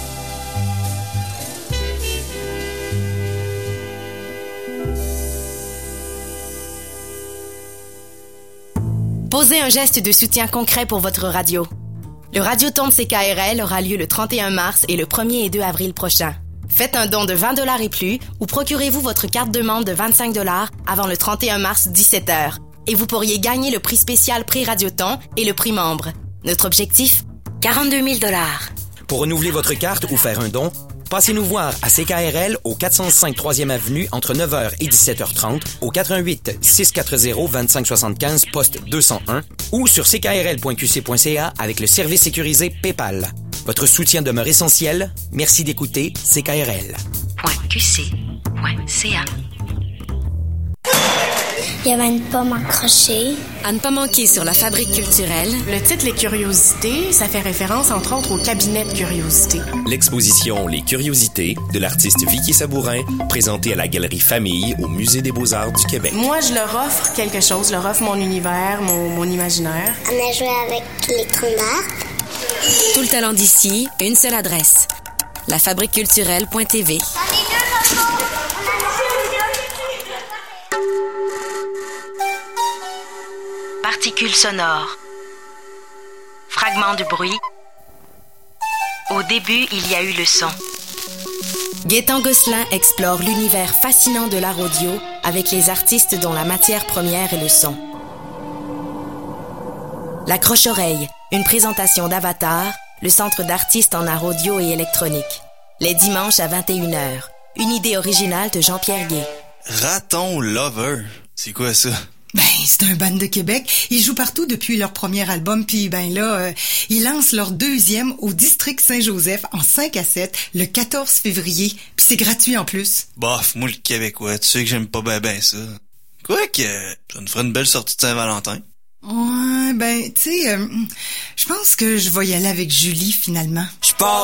Posez un geste de soutien concret pour votre radio. Le Radioton de C K R L aura lieu le trente et un mars et le premier et deux avril prochain. Faites un don de vingt dollars et plus ou procurez-vous votre carte de membre de vingt-cinq dollars avant le trente et un mars dix-sept heures. Et vous pourriez gagner le prix spécial prix Radioton et le prix membre. Notre objectif, quarante-deux mille dollars. Pour renouveler votre carte ou faire un don, passez nous voir à C K R L au quatre cent cinq troisième Avenue entre neuf heures et dix-sept heures trente au quatre un huit, six quatre zéro, deux cinq sept cinq poste deux cent un ou sur c k r l point q c point c a avec le service sécurisé PayPal. Votre soutien demeure essentiel. Merci d'écouter C K R L. .qc.ca Il y avait une pomme accrochée. À ne pas manquer sur la Fabrique culturelle. Le titre Les Curiosités, ça fait référence entre autres au cabinet de curiosités. L'exposition Les Curiosités de l'artiste Vicky Sabourin, présentée à la Galerie Famille au Musée des Beaux-Arts du Québec. Moi, je leur offre quelque chose, je leur offre mon univers, mon, mon imaginaire. On a joué avec les troncs d'arbres. Tout le talent d'ici, une seule adresse. la fabrique culturelle point t v. Particules sonores. Fragments de bruit. Au début, il y a eu le son. Gaétan Gosselin explore l'univers fascinant de l'art audio avec les artistes dont la matière première est le son. La Croche-Oreille, une présentation d'Avatar, le centre d'artistes en art audio et électronique. Les dimanches à vingt et une heures. Une idée originale de Jean-Pierre Gué. Raton Lover, c'est quoi ça? Ben, c'est un band de Québec. Ils jouent partout depuis leur premier album, puis ben là, euh, ils lancent leur deuxième au District Saint-Joseph en cinq à sept le quatorze février, puis c'est gratuit en plus. Bof, moi le Québécois, tu sais que j'aime pas ben ben ça. Quoique, ça nous ferait une belle sortie de Saint-Valentin. Ouais, ben, tu sais, euh, je pense que je vais y aller avec Julie finalement. Je pars